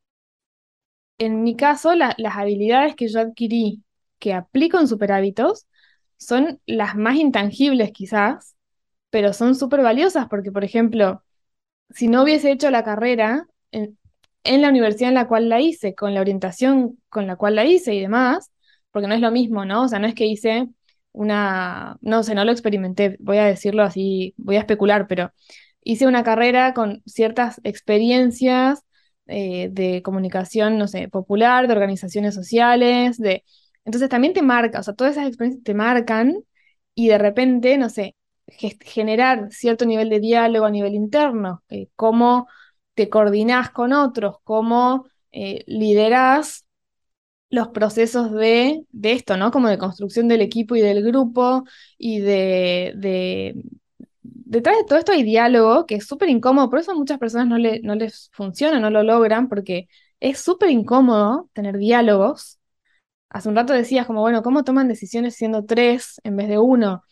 en mi caso, la- las habilidades que yo adquirí, que aplico en Superhábitos, son las más intangibles quizás, pero son súper valiosas porque, por ejemplo, si no hubiese hecho la carrera en, en la universidad en la cual la hice, con la orientación con la cual la hice y demás, porque no es lo mismo, ¿no? O sea, no es que hice una, no sé, no lo experimenté, voy a decirlo así, voy a especular, pero hice una carrera con ciertas experiencias eh, de comunicación, no sé, popular, de organizaciones sociales, de... Entonces también te marca, o sea, todas esas experiencias te marcan y de repente, no sé, generar cierto nivel de diálogo a nivel interno, eh, cómo te coordinás con otros, cómo eh, liderás los procesos de, de esto, ¿no? Como de construcción del equipo y del grupo y de... de detrás de todo esto hay diálogo que es súper incómodo, por eso a muchas personas no, le, no les funciona, no lo logran, porque es súper incómodo tener diálogos. Hace un rato decías como, bueno, ¿cómo toman decisiones siendo tres en vez de uno?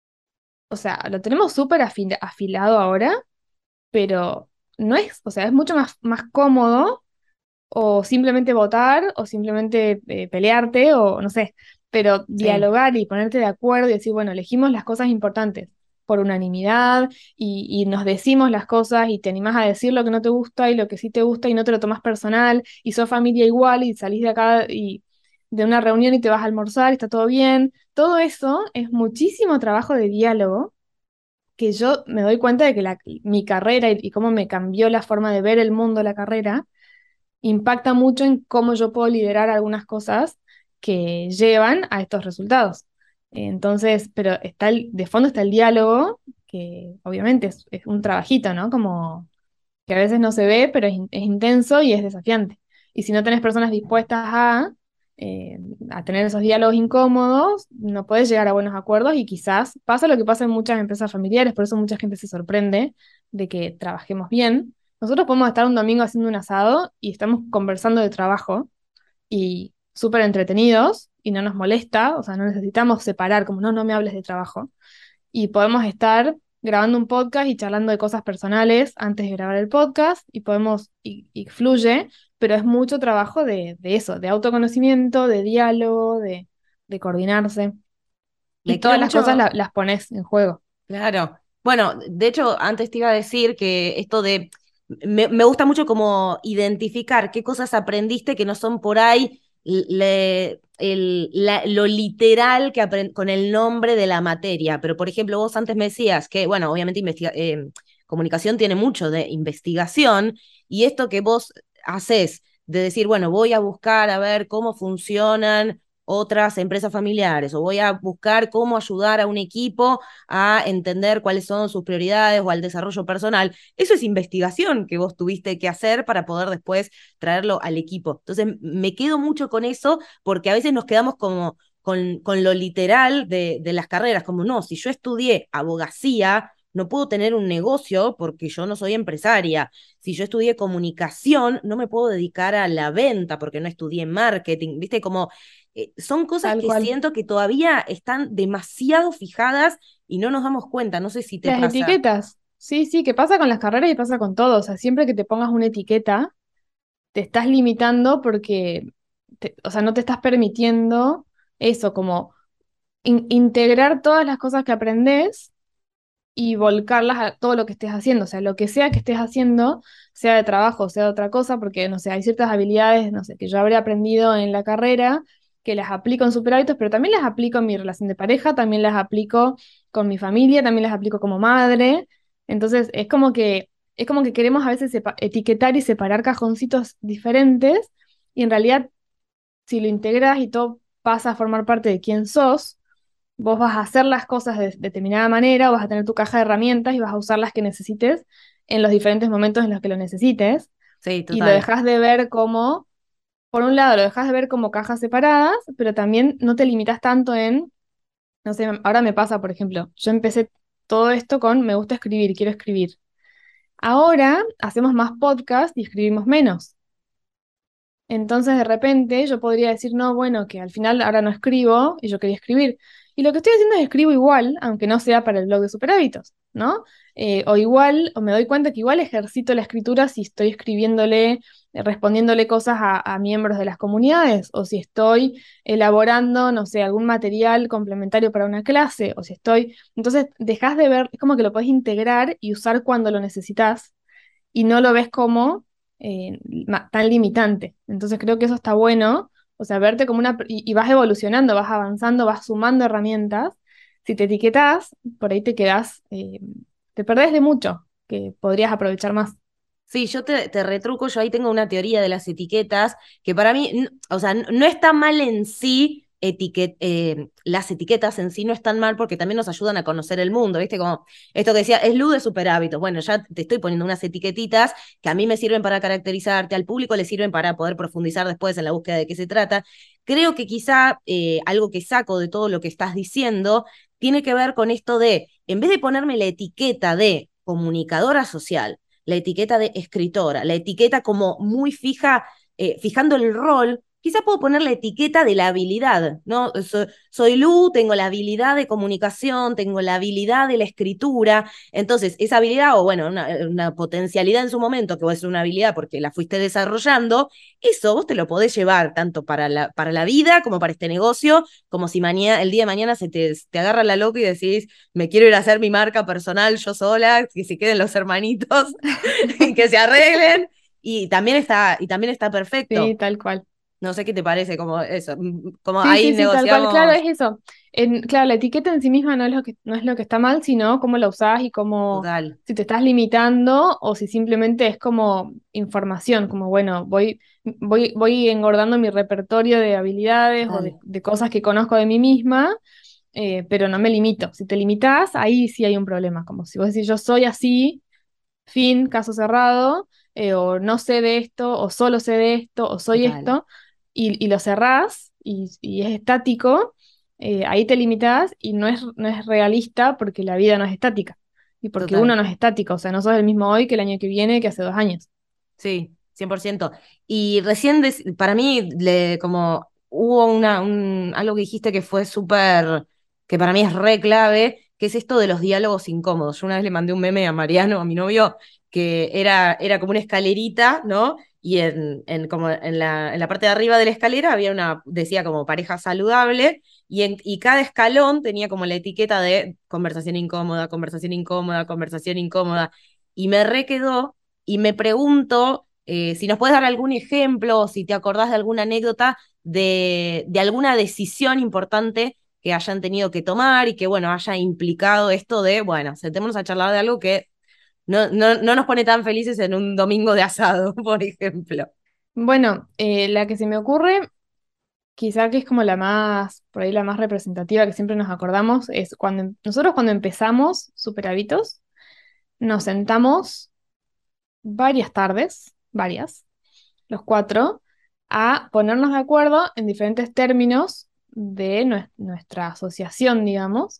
O sea, lo tenemos súper afil- afilado ahora, pero no es, o sea, es mucho más, más cómodo o simplemente votar o simplemente eh, pelearte o no sé, pero sí. dialogar y ponerte de acuerdo y decir, bueno, elegimos las cosas importantes por unanimidad y, y nos decimos las cosas y te animás a decir lo que no te gusta y lo que sí te gusta y no te lo tomas personal y sos familia igual y salís de acá y de una reunión y te vas a almorzar y está todo bien. Todo eso es muchísimo trabajo de diálogo que yo me doy cuenta de que la- mi carrera y, y cómo me cambió la forma de ver el mundo la carrera impacta mucho en cómo yo puedo liderar algunas cosas que llevan a estos resultados. Entonces, pero está el- de fondo está el diálogo, que obviamente es, es un trabajito, ¿no? Como que a veces no se ve, pero es, in- es intenso y es desafiante. Y si no tenés personas dispuestas a, eh, a tener esos diálogos incómodos, no puedes llegar a buenos acuerdos y quizás pasa lo que pasa en muchas empresas familiares, por eso mucha gente se sorprende de que trabajemos bien. Nosotros podemos estar un domingo haciendo un asado y estamos conversando de trabajo y súper entretenidos y no nos molesta, o sea, no necesitamos separar, como no, no me hables de trabajo y podemos estar grabando un podcast y charlando de cosas personales antes de grabar el podcast y podemos, y, y fluye, pero es mucho trabajo de, de eso, de autoconocimiento, de diálogo, de, de coordinarse. Y Me queda todas las cosas mucho, la- las pones en juego. claro. Bueno, de hecho, antes te iba a decir que esto de, me, me gusta mucho como identificar qué cosas aprendiste que no son por ahí le- el- la- lo literal que apren- con el nombre de la materia. Pero, por ejemplo, vos antes me decías que, bueno, obviamente investiga- eh, comunicación tiene mucho de investigación y esto que vos haces de decir, bueno, voy a buscar a ver cómo funcionan otras empresas familiares o voy a buscar cómo ayudar a un equipo a entender cuáles son sus prioridades o al desarrollo personal. Eso es investigación que vos tuviste que hacer para poder después traerlo al equipo. Entonces, me quedo mucho con eso porque a veces nos quedamos como con, con lo literal de, de las carreras, como no, si yo estudié abogacía, no puedo tener un negocio porque yo no soy empresaria. Si yo estudié comunicación, no me puedo dedicar a la venta porque no estudié marketing. ¿Viste? Como eh, son cosas Tal que cual. siento que todavía están demasiado fijadas y no nos damos cuenta. No sé si te Las pasa. etiquetas. Sí, sí, que pasa con las carreras y pasa con todo. O sea, siempre que te pongas una etiqueta, te estás limitando porque, te- o sea, no te estás permitiendo eso, como in- integrar todas las cosas que aprendes y volcarlas a todo lo que estés haciendo. O sea, lo que sea que estés haciendo, sea de trabajo, sea de otra cosa, porque, no sé, hay ciertas habilidades, no sé, que yo habré aprendido en la carrera, que las aplico en superhábitos, pero también las aplico en mi relación de pareja, también las aplico con mi familia, también las aplico como madre. Entonces, es como que, es como que queremos a veces sepa- etiquetar y separar cajoncitos diferentes, y en realidad, si lo integras y todo pasa a formar parte de quién sos, vos vas a hacer las cosas de determinada manera, o vas a tener tu caja de herramientas y vas a usar las que necesites en los diferentes momentos en los que lo necesites, Sí, y lo total. dejas de ver como, por un lado, lo dejas de ver como cajas separadas, pero también no te limitas tanto en, no sé, ahora me pasa, por ejemplo, yo empecé todo esto con me gusta escribir, quiero escribir. Ahora hacemos más podcast y escribimos menos. Entonces, de repente, yo podría decir, no, bueno, que al final ahora no escribo y yo quería escribir. Y lo que estoy haciendo es escribo igual, aunque no sea para el blog de Superhábitos, ¿no? Eh, o igual, o me doy cuenta que igual ejercito la escritura si estoy escribiéndole, eh, respondiéndole cosas a, a miembros de las comunidades, o si estoy elaborando, no sé, algún material complementario para una clase, o si estoy. Entonces, dejas de ver, es como que lo puedes integrar y usar cuando lo necesitas y no lo ves como eh, ma- tan limitante. Entonces creo que eso está bueno, o sea, verte como una, y, y vas evolucionando, vas avanzando, vas sumando herramientas. Si te etiquetas, por ahí te quedas, eh, te perdés de mucho que podrías aprovechar más. Sí, yo te, te retruco, yo ahí tengo una teoría de las etiquetas que para mí, n- o sea, n- no está mal en sí, etiquet, eh, las etiquetas en sí no están mal porque también nos ayudan a conocer el mundo, ¿viste? Como esto que decía, es Lu de superhábitos. Bueno, ya te estoy poniendo unas etiquetitas que a mí me sirven para caracterizarte, al público le sirven para poder profundizar después en la búsqueda de qué se trata. Creo que quizá eh, algo que saco de todo lo que estás diciendo tiene que ver con esto de, en vez de ponerme la etiqueta de comunicadora social, la etiqueta de escritora, la etiqueta como muy fija, eh, fijando el rol, quizá puedo poner la etiqueta de la habilidad, ¿no? So, soy Lu, tengo la habilidad de comunicación, tengo la habilidad de la escritura, entonces esa habilidad, o bueno, una, una potencialidad en su momento, que va a ser una habilidad porque la fuiste desarrollando, eso vos te lo podés llevar tanto para la, para la vida como para este negocio, como si mañana, el día de mañana se te, te agarra la loca y decís, me quiero ir a hacer mi marca personal yo sola, que se queden los hermanitos que se arreglen y también está, y también está Sí, perfecto. tal cual. No sé qué te parece, como eso, como Sí, ahí sí, sí, tal cual. Claro, negociamos es eso. En, claro, la etiqueta en sí misma no es lo que, no es lo que está mal, sino cómo la usás y cómo, total, si te estás limitando o si simplemente es como información, como bueno, voy, voy, voy engordando mi repertorio de habilidades o de, total, de cosas que conozco de mí misma, eh, pero no me limito. Si te limitas, ahí sí hay un problema. Como si vos decís, yo soy así, fin, caso cerrado, eh, o no sé de esto, o solo sé de esto, o soy total, esto, y, y lo cerrás y, y es estático, eh, ahí te limitás y no es, no es realista porque la vida no es estática. Y porque uno total. no es estático, o sea, no sos el mismo hoy que el año que viene, que hace dos años. Sí, cien por ciento. Y recién, dec- para mí, le, como hubo una, un, algo que dijiste que fue súper, que para mí es re clave, que es esto de los diálogos incómodos. Yo una vez le mandé un meme a Mariano, a mi novio, que era, era como una escalerita, ¿no? Y en, en, como en, la, en la parte de arriba de la escalera había una, decía como pareja saludable, y, en, y cada escalón tenía como la etiqueta de conversación incómoda, conversación incómoda, conversación incómoda, y me re quedó, y me pregunto eh, si nos puedes dar algún ejemplo, o si te acordás de alguna anécdota de, de alguna decisión importante que hayan tenido que tomar y que, bueno, haya implicado esto de, bueno, sentémonos a charlar de algo que no, no, no nos pone tan felices en un domingo de asado, por ejemplo. Bueno, eh, la que se me ocurre, quizá que es como la más, por ahí la más representativa que siempre nos acordamos, es cuando em- nosotros cuando empezamos Super Hábitos, nos sentamos varias tardes, varias, los cuatro, a ponernos de acuerdo en diferentes términos de nue- nuestra asociación, digamos.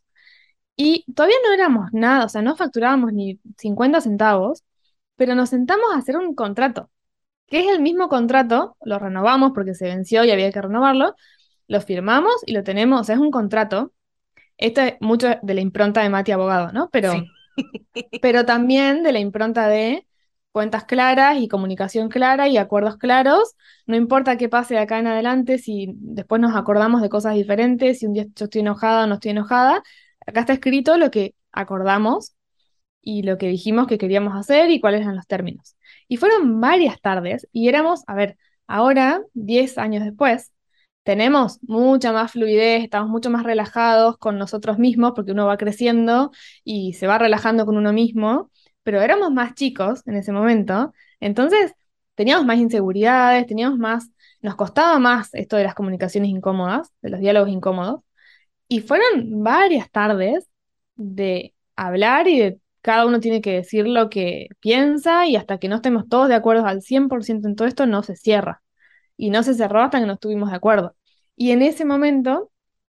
Y todavía no éramos nada, o sea, no facturábamos ni cincuenta centavos, pero nos sentamos a hacer un contrato, que es el mismo contrato, lo renovamos porque se venció y había que renovarlo, lo firmamos y lo tenemos, o sea, es un contrato. Esto es mucho de la impronta de Mati Abogado, ¿no? Pero, Sí. pero también de la impronta de cuentas claras y comunicación clara y acuerdos claros. No importa qué pase de acá en adelante, si después nos acordamos de cosas diferentes, si un día yo estoy enojada o no estoy enojada, acá está escrito lo que acordamos y lo que dijimos que queríamos hacer y cuáles eran los términos. Y fueron varias tardes y éramos, a ver, ahora, diez años después, tenemos mucha más fluidez, estamos mucho más relajados con nosotros mismos porque uno va creciendo y se va relajando con uno mismo, pero éramos más chicos en ese momento, entonces teníamos más inseguridades, teníamos más, nos costaba más esto de las comunicaciones incómodas, de los diálogos incómodos, y fueron varias tardes de hablar y de cada uno tiene que decir lo que piensa y hasta que no estemos todos de acuerdo al cien por ciento en todo esto, no se cierra. Y no se cerró hasta que no estuvimos de acuerdo. Y en ese momento,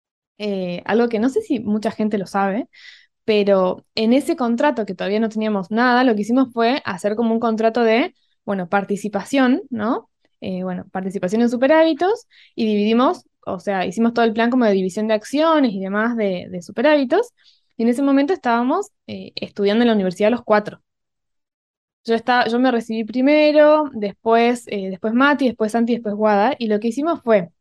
eh, algo que no sé si mucha gente lo sabe, pero en ese contrato que todavía no teníamos nada, lo que hicimos fue hacer como un contrato de, bueno, participación, ¿no? Eh, bueno, participación en superhábitos y dividimos, o sea, hicimos todo el plan como de división de acciones y demás de, de superhábitos. Y en ese momento estábamos eh, estudiando en la universidad los cuatro. Yo, estaba, yo me recibí primero, después, eh, después Mati, después Santi, después Guada, y lo que hicimos fue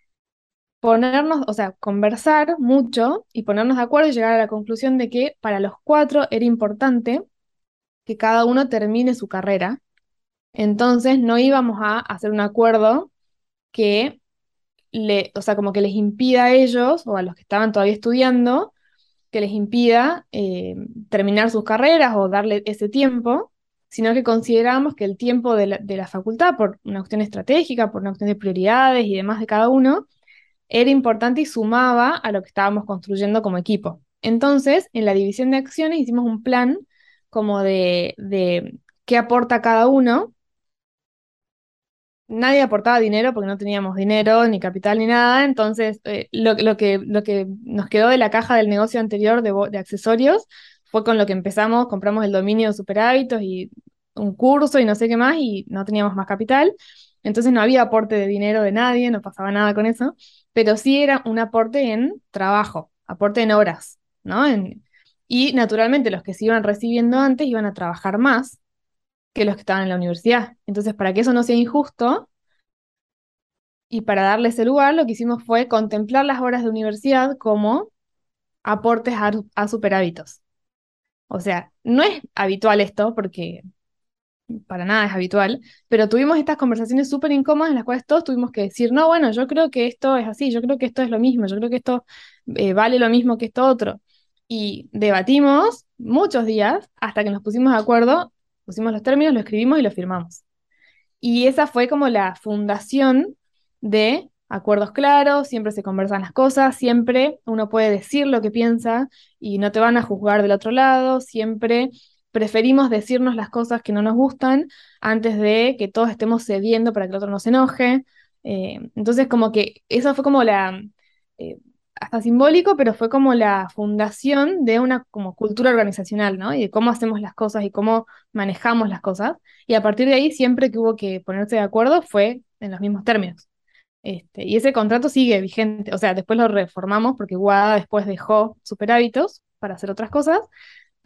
ponernos, o sea, conversar mucho y ponernos de acuerdo y llegar a la conclusión de que para los cuatro era importante que cada uno termine su carrera. Entonces no íbamos a hacer un acuerdo que le, o sea, como que les impida a ellos o a los que estaban todavía estudiando, que les impida eh, terminar sus carreras o darle ese tiempo, sino que consideramos que el tiempo de la, de la facultad, por una cuestión estratégica, por una cuestión de prioridades y demás de cada uno, era importante y sumaba a lo que estábamos construyendo como equipo. Entonces, en la división de acciones hicimos un plan como de, de qué aporta cada uno. Nadie aportaba dinero porque no teníamos dinero, ni capital, ni nada. Entonces, eh, lo, lo que, lo que nos quedó de la caja del negocio anterior de, bo- de accesorios fue con lo que empezamos, compramos el dominio de Superhábitos y un curso y no sé qué más, y no teníamos más capital. Entonces no había aporte de dinero de nadie, no pasaba nada con eso, pero sí era un aporte en trabajo, aporte en horas, ¿no? En- y naturalmente los que se iban recibiendo antes iban a trabajar más que los que estaban en la universidad. Entonces, para que eso no sea injusto, y para darle ese lugar, lo que hicimos fue contemplar las horas de universidad como aportes a, a superhábitos. O sea, no es habitual esto, porque para nada es habitual, pero tuvimos estas conversaciones súper incómodas en las cuales todos tuvimos que decir, no, bueno, yo creo que esto es así, yo creo que esto es lo mismo, yo creo que esto eh, vale lo mismo que esto otro. Y debatimos muchos días hasta que nos pusimos de acuerdo, pusimos los términos, lo escribimos y lo firmamos. Y esa fue como la fundación de acuerdos claros, siempre se conversan las cosas, siempre uno puede decir lo que piensa y no te van a juzgar del otro lado, siempre preferimos decirnos las cosas que no nos gustan antes de que todos estemos cediendo para que el otro no se enoje. Eh, entonces como que eso fue como la, eh, hasta simbólico, pero fue como la fundación de una como cultura organizacional, ¿no? Y de cómo hacemos las cosas y cómo manejamos las cosas. Y a partir de ahí, siempre que hubo que ponerse de acuerdo, fue en los mismos términos. Este, y ese contrato sigue vigente, o sea, después lo reformamos porque Guada después dejó Superhábitos para hacer otras cosas,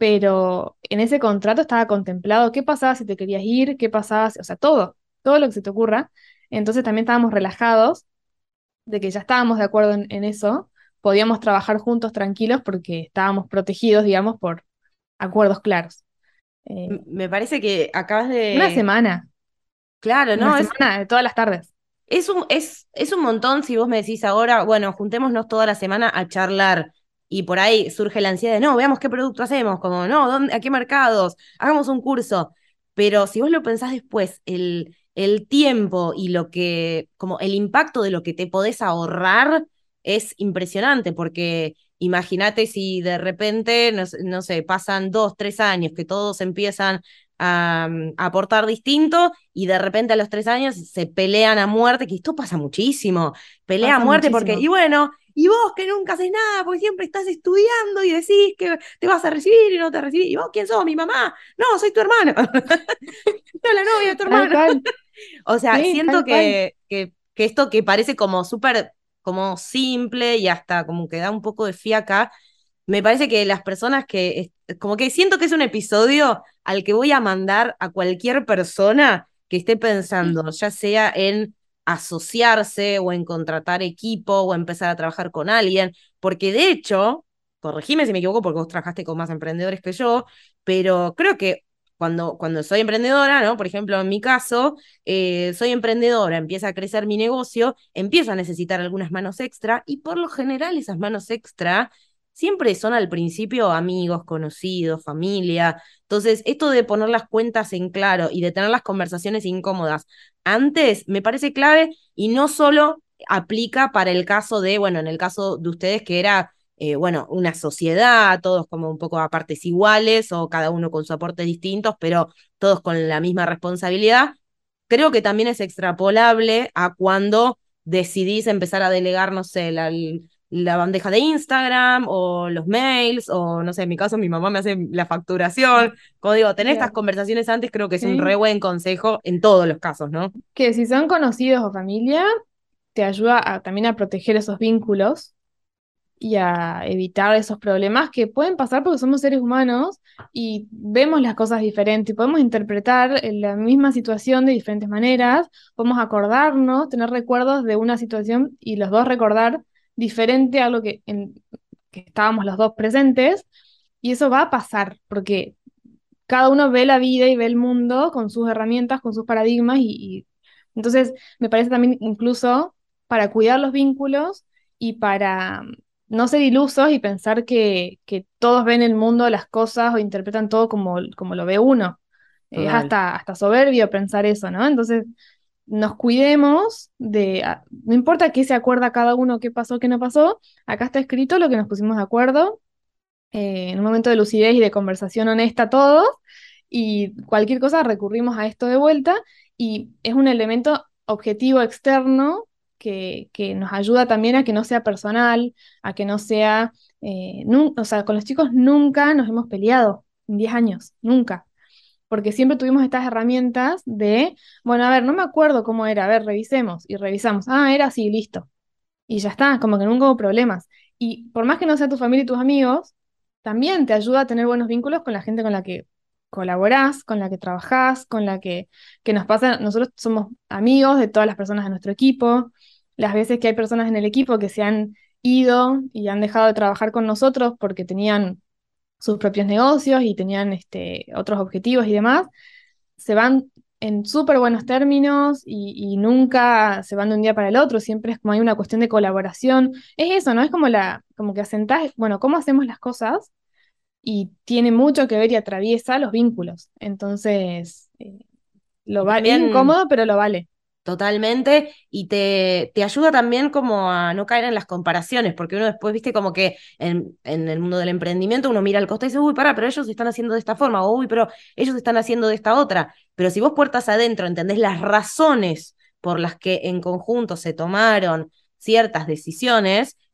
pero en ese contrato estaba contemplado qué pasaba si te querías ir, qué pasaba, si- o sea, todo, todo lo que se te ocurra. Entonces también estábamos relajados de que ya estábamos de acuerdo en, en eso, podíamos trabajar juntos tranquilos porque estábamos protegidos, digamos, por acuerdos claros. Eh, M- Me parece que acabas una de... semana, Claro, una ¿no? Es, semana de todas las tardes. es un, es, es un montón si vos me decís ahora, bueno, juntémonos toda la semana a charlar y por ahí surge la ansiedad de, no, veamos qué producto hacemos, como, no, ¿dónde, a qué mercados, hagamos un curso. Pero si vos lo pensás después, el, el tiempo y lo que, como el impacto de lo que te podés ahorrar es impresionante, porque imagínate si de repente, no, sé- no sé, pasan dos, tres años que todos empiezan a, a aportar distinto y de repente a los tres años se pelean a muerte, que esto pasa muchísimo, pelea a Pasa muerte porque, y muchísimo. bueno, y vos que nunca haces nada, porque siempre estás estudiando y decís que te vas a recibir y no te recibís, ¿y vos quién sos? ¿Mi mamá? No, soy tu hermano. No, la novia de tu Tal hermano. cual, O sea, sí, siento tal cual. que, que, que esto que parece como súper como simple y hasta como que da un poco de fiaca, me parece que las personas que, es- como que siento que es un episodio al que voy a mandar a cualquier persona que esté pensando, ya sea en asociarse o en contratar equipo o empezar a trabajar con alguien, porque de hecho, corregime si me equivoco porque vos trabajaste con más emprendedores que yo, pero creo que cuando, cuando soy emprendedora, ¿no? Por ejemplo, en mi caso, eh, soy emprendedora, empieza a crecer mi negocio, empiezo a necesitar algunas manos extra y por lo general esas manos extra siempre son al principio amigos, conocidos, familia. Entonces, esto de poner las cuentas en claro y de tener las conversaciones incómodas antes me parece clave y no solo aplica para el caso de, bueno, en el caso de ustedes que era, eh, bueno, una sociedad, todos como un poco a partes iguales o cada uno con sus aportes distintos, pero todos con la misma responsabilidad. Creo que también es extrapolable a cuando decidís empezar a delegar, no sé, la, la bandeja de Instagram o los mails, o no sé, en mi caso mi mamá me hace la facturación. Como digo, tener estas Claro, conversaciones antes creo que es un re sí. buen consejo en todos los casos, ¿no? Que si son conocidos o familia, te ayuda a- también a proteger esos vínculos y a evitar esos problemas que pueden pasar porque somos seres humanos y vemos las cosas diferentes y podemos interpretar eh, la misma situación de diferentes maneras, podemos acordarnos, tener recuerdos de una situación y los dos recordar diferente a lo que, en, que estábamos los dos presentes y eso va a pasar porque cada uno ve la vida y ve el mundo con sus herramientas, con sus paradigmas y, y entonces me parece también incluso para cuidar los vínculos y para mm, no ser ilusos y pensar que, que todos ven el mundo, las cosas o interpretan todo como, como lo ve uno. Es Total. hasta, hasta soberbio pensar eso, ¿no? Entonces, nos cuidemos de, a- no importa qué se acuerda cada uno, qué pasó, qué no pasó, acá está escrito lo que nos pusimos de acuerdo eh, en un momento de lucidez y de conversación honesta todos, y cualquier cosa recurrimos a esto de vuelta, y es un elemento objetivo externo que, que nos ayuda también a que no sea personal, a que no sea, eh, nun- o sea, con los chicos nunca nos hemos peleado en diez años, nunca. Porque siempre tuvimos estas herramientas de, bueno, a ver, no me acuerdo cómo era, a ver, revisemos y revisamos. Ah, era así, listo. Y ya está, como que nunca hubo problemas. Y por más que no sea tu familia y tus amigos, también te ayuda a tener buenos vínculos con la gente con la que colaborás, con la que trabajás, con la que, que nos pasa. Nosotros somos amigos de todas las personas de nuestro equipo. Las veces que hay personas en el equipo que se han ido y han dejado de trabajar con nosotros porque tenían sus propios negocios y tenían este, otros objetivos y demás, se van en súper buenos términos y, y nunca se van de un día para el otro, siempre es como hay una cuestión de colaboración. Es eso, ¿no? Es como la, como que asentás, bueno, cómo hacemos las cosas y tiene mucho que ver y atraviesa los vínculos. Entonces, eh, lo Y va, es también incómodo, pero lo vale. totalmente, y te, te ayuda también como a no caer en las comparaciones, porque uno después, viste, como que en, en el mundo del emprendimiento uno mira al costado y dice, uy, pará, pero ellos están haciendo de esta forma, o uy, pero ellos están haciendo de esta otra. Pero si vos puertas adentro entendés las razones por las que en conjunto se tomaron ciertas decisiones,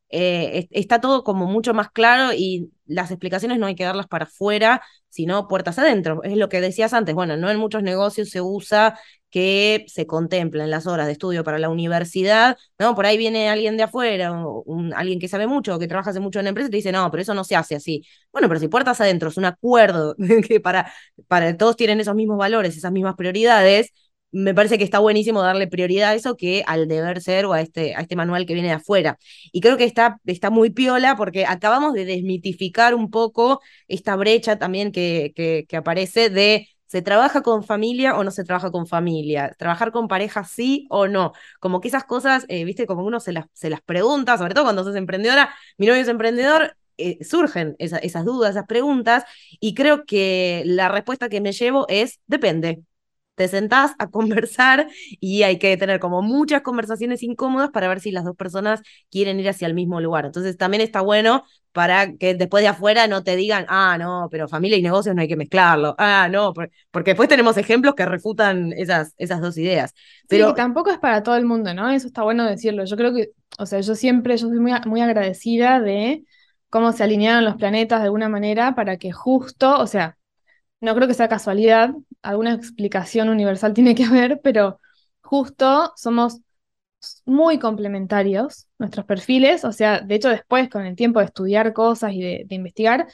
eh, es- está todo como mucho más claro y las explicaciones no hay que darlas para afuera, sino puertas adentro. Es lo que decías antes, bueno, no en muchos negocios se usa que se contemplen las horas de estudio para la universidad, ¿no? Por ahí viene alguien de afuera, o un, alguien que sabe mucho, o que trabaja hace mucho en la empresa, y te dice, no, pero eso no se hace así. Bueno, pero si puertas adentro es un acuerdo que para, para todos tienen esos mismos valores, esas mismas prioridades, me parece que está buenísimo darle prioridad a eso que al deber ser o a este, a este manual que viene de afuera. Y creo que está, está muy piola porque acabamos de desmitificar un poco esta brecha también que, que, que aparece de ¿se trabaja con familia o no se trabaja con familia? ¿Trabajar con pareja sí o no? Como que esas cosas, eh, viste, como uno se las, se las pregunta, sobre todo cuando sos emprendedora, mi novio es emprendedor, eh, surgen esa, esas dudas, esas preguntas, y creo que la respuesta que me llevo es, depende. Te sentás a conversar y hay que tener como muchas conversaciones incómodas para ver si las dos personas quieren ir hacia el mismo lugar. Entonces también está bueno para que después de afuera no te digan, ah, no, pero familia y negocios no hay que mezclarlo. Ah, no, por- porque después tenemos ejemplos que refutan esas, esas dos ideas. Sí, que Pero tampoco es para todo el mundo, ¿no? Eso está bueno decirlo. Yo creo que, o sea, yo siempre, yo soy muy, a- muy agradecida de cómo se alinearon los planetas de alguna manera para que justo, o sea, no creo que sea casualidad, alguna explicación universal tiene que haber, pero justo somos muy complementarios nuestros perfiles, o sea, de hecho después con el tiempo de estudiar cosas y de, de investigar,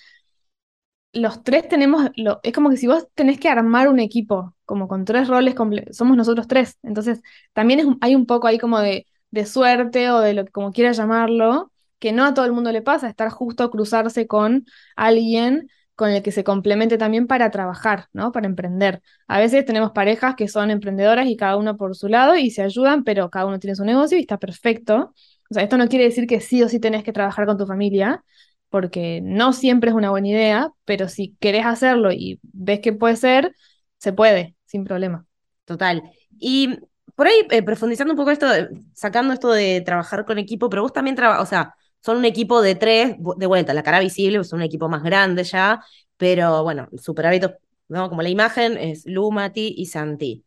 los tres tenemos, lo, es como que si vos tenés que armar un equipo, como con tres roles, comple- somos nosotros tres, entonces también es un- hay un poco ahí como de, de suerte o de lo que como quieras llamarlo, que no a todo el mundo le pasa, estar justo cruzarse con alguien con el que se complemente también para trabajar, ¿no? Para emprender. A veces tenemos parejas que son emprendedoras y cada uno por su lado y se ayudan, pero cada uno tiene su negocio y está perfecto. O sea, esto no quiere decir que sí o sí tenés que trabajar con tu familia, porque no siempre es una buena idea, pero si querés hacerlo y ves que puede ser, se puede, sin problema. total. Y por ahí, eh, profundizando un poco esto, de- sacando esto de trabajar con equipo, pero vos también trabajas, o sea, son un equipo de tres, vu- de vuelta, la cara visible, pues son un equipo más grande ya, pero bueno, super hábitos, ¿no? Como la imagen es Lu, Mati y Santi.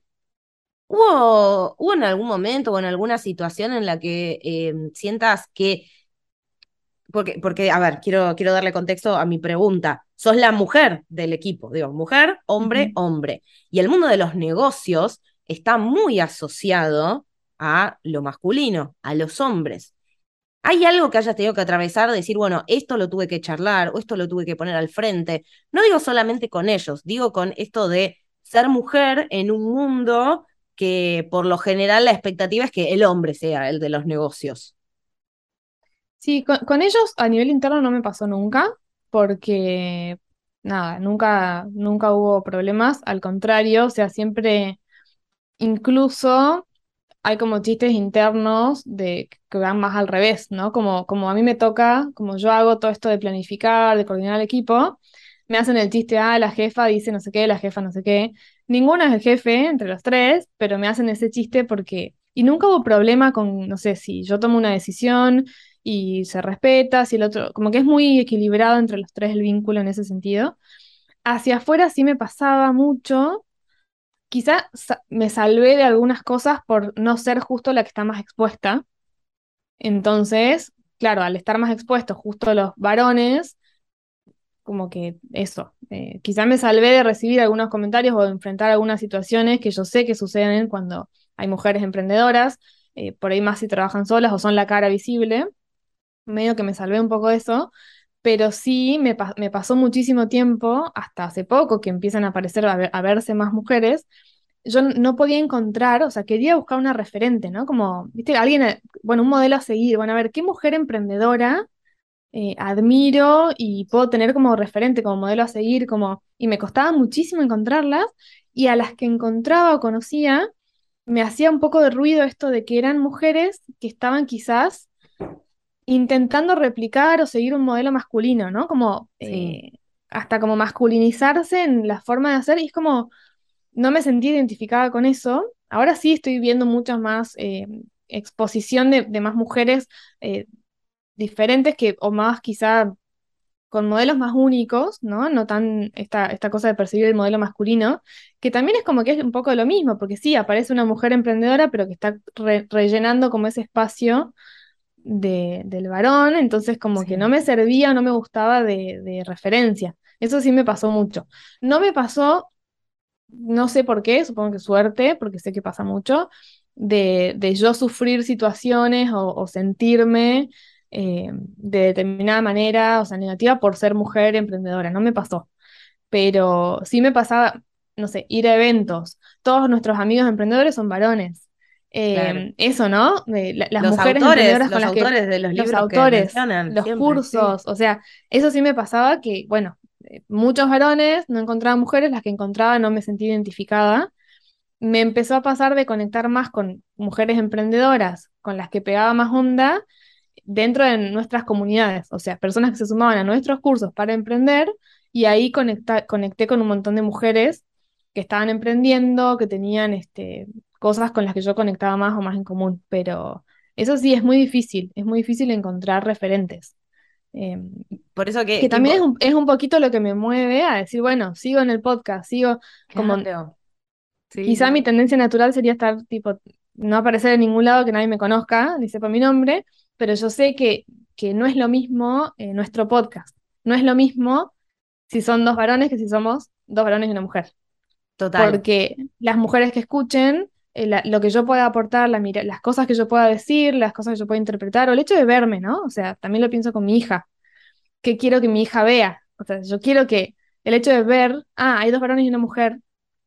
¿Hubo, hubo en algún momento o en alguna situación en la que eh, sientas que, porque, porque, a ver, quiero, quiero darle contexto a mi pregunta, sos la mujer del equipo, digo, mujer, hombre, Ujú. hombre, y el mundo de los negocios está muy asociado a lo masculino, a los hombres. ¿Hay algo que hayas tenido que atravesar, decir, bueno, esto lo tuve que charlar o esto lo tuve que poner al frente? No digo solamente con ellos, digo con esto de ser mujer en un mundo que por lo general la expectativa es que el hombre sea el de los negocios. Sí, con, con ellos a nivel interno no me pasó nunca, porque nada, nunca, nunca hubo problemas, al contrario, o sea, siempre, incluso hay como chistes internos de que van más al revés, ¿no? Como, como a mí me toca, como yo hago todo esto de planificar, de coordinar el equipo, me hacen el chiste, ah, la jefa dice no sé qué, la jefa no sé qué. Ninguno es el jefe entre los tres, pero me hacen ese chiste porque, y nunca hubo problema con, no sé, si yo tomo una decisión y se respeta, si el otro, como que es muy equilibrado entre los tres el vínculo en ese sentido. Hacia afuera sí me pasaba mucho. Quizá sa- me salvé de algunas cosas por no ser justo la que está más expuesta. Entonces, claro, al estar más expuestos justo los varones, como que eso, eh, quizá me salvé de recibir algunos comentarios o de enfrentar algunas situaciones que yo sé que suceden cuando hay mujeres emprendedoras, eh, por ahí más si trabajan solas o son la cara visible, medio que me salvé un poco de eso, pero sí me, pa- me pasó muchísimo tiempo, hasta hace poco, que empiezan a aparecer, a, ver- a verse más mujeres. Yo n- no podía encontrar, o sea, quería buscar una referente, ¿no? Como, viste, alguien, eh, bueno, un modelo a seguir, bueno, a ver, ¿qué mujer emprendedora eh, admiro y puedo tener como referente, como modelo a seguir, como, y me costaba muchísimo encontrarlas, y a las que encontraba o conocía, me hacía un poco de ruido esto de que eran mujeres que estaban quizás intentando replicar o seguir un modelo masculino, ¿no? Como Sí. eh, hasta como masculinizarse en la forma de hacer, y es como, no me sentí identificada con eso. Ahora sí estoy viendo muchas más eh, exposición de, de más mujeres eh, diferentes que, o más quizá con modelos más únicos, ¿no? No tan esta, esta cosa de percibir el modelo masculino, que también es como que es un poco lo mismo, porque sí, aparece una mujer emprendedora, pero que está re- rellenando como ese espacio de, del varón, entonces como Sí. que no me servía, no me gustaba de, de referencia. Eso sí me pasó mucho. No me pasó, no sé por qué, supongo que suerte, porque sé que pasa mucho, de, de yo sufrir situaciones o, o sentirme eh, de determinada manera, o sea, negativa por ser mujer emprendedora. No me pasó, pero sí me pasaba, no sé, ir a eventos. Todos nuestros amigos emprendedores son varones. Claro. Eh, eso, ¿no? De la- las Los mujeres autores, emprendedoras con los las que, autores de los los libros que autores, mencionan los siempre, sí. cursos, o sea, eso sí me pasaba que, bueno, eh, muchos varones, no encontraba mujeres, las que encontraba no me sentí identificada. Me empezó a pasar de conectar más con mujeres emprendedoras, con las que pegaba más onda dentro de nuestras comunidades, o sea, personas que se sumaban a nuestros cursos para emprender y ahí conecta- conecté con un montón de mujeres que estaban emprendiendo, que tenían este, cosas con las que yo conectaba más o más en común, pero eso sí, es muy difícil, es muy difícil encontrar referentes. Eh, Por eso que, que que también es impo- un, es un poquito lo que me mueve a decir, bueno, sigo en el podcast, sigo como Claro. Sí, sí, quizá mi sí. tendencia natural sería estar, tipo, no aparecer en ningún lado que nadie me conozca, ni sepa mi nombre, pero yo sé que, que no es lo mismo eh, nuestro podcast. No es lo mismo si son dos varones que si somos dos varones y una mujer. Total. Porque las mujeres que escuchen, eh, la- lo que yo pueda aportar, la mira- las cosas que yo pueda decir, las cosas que yo pueda interpretar, o el hecho de verme, ¿no? O sea, también lo pienso con mi hija. ¿Qué quiero que mi hija vea? O sea, yo quiero que el hecho de ver, ah, hay dos varones y una mujer,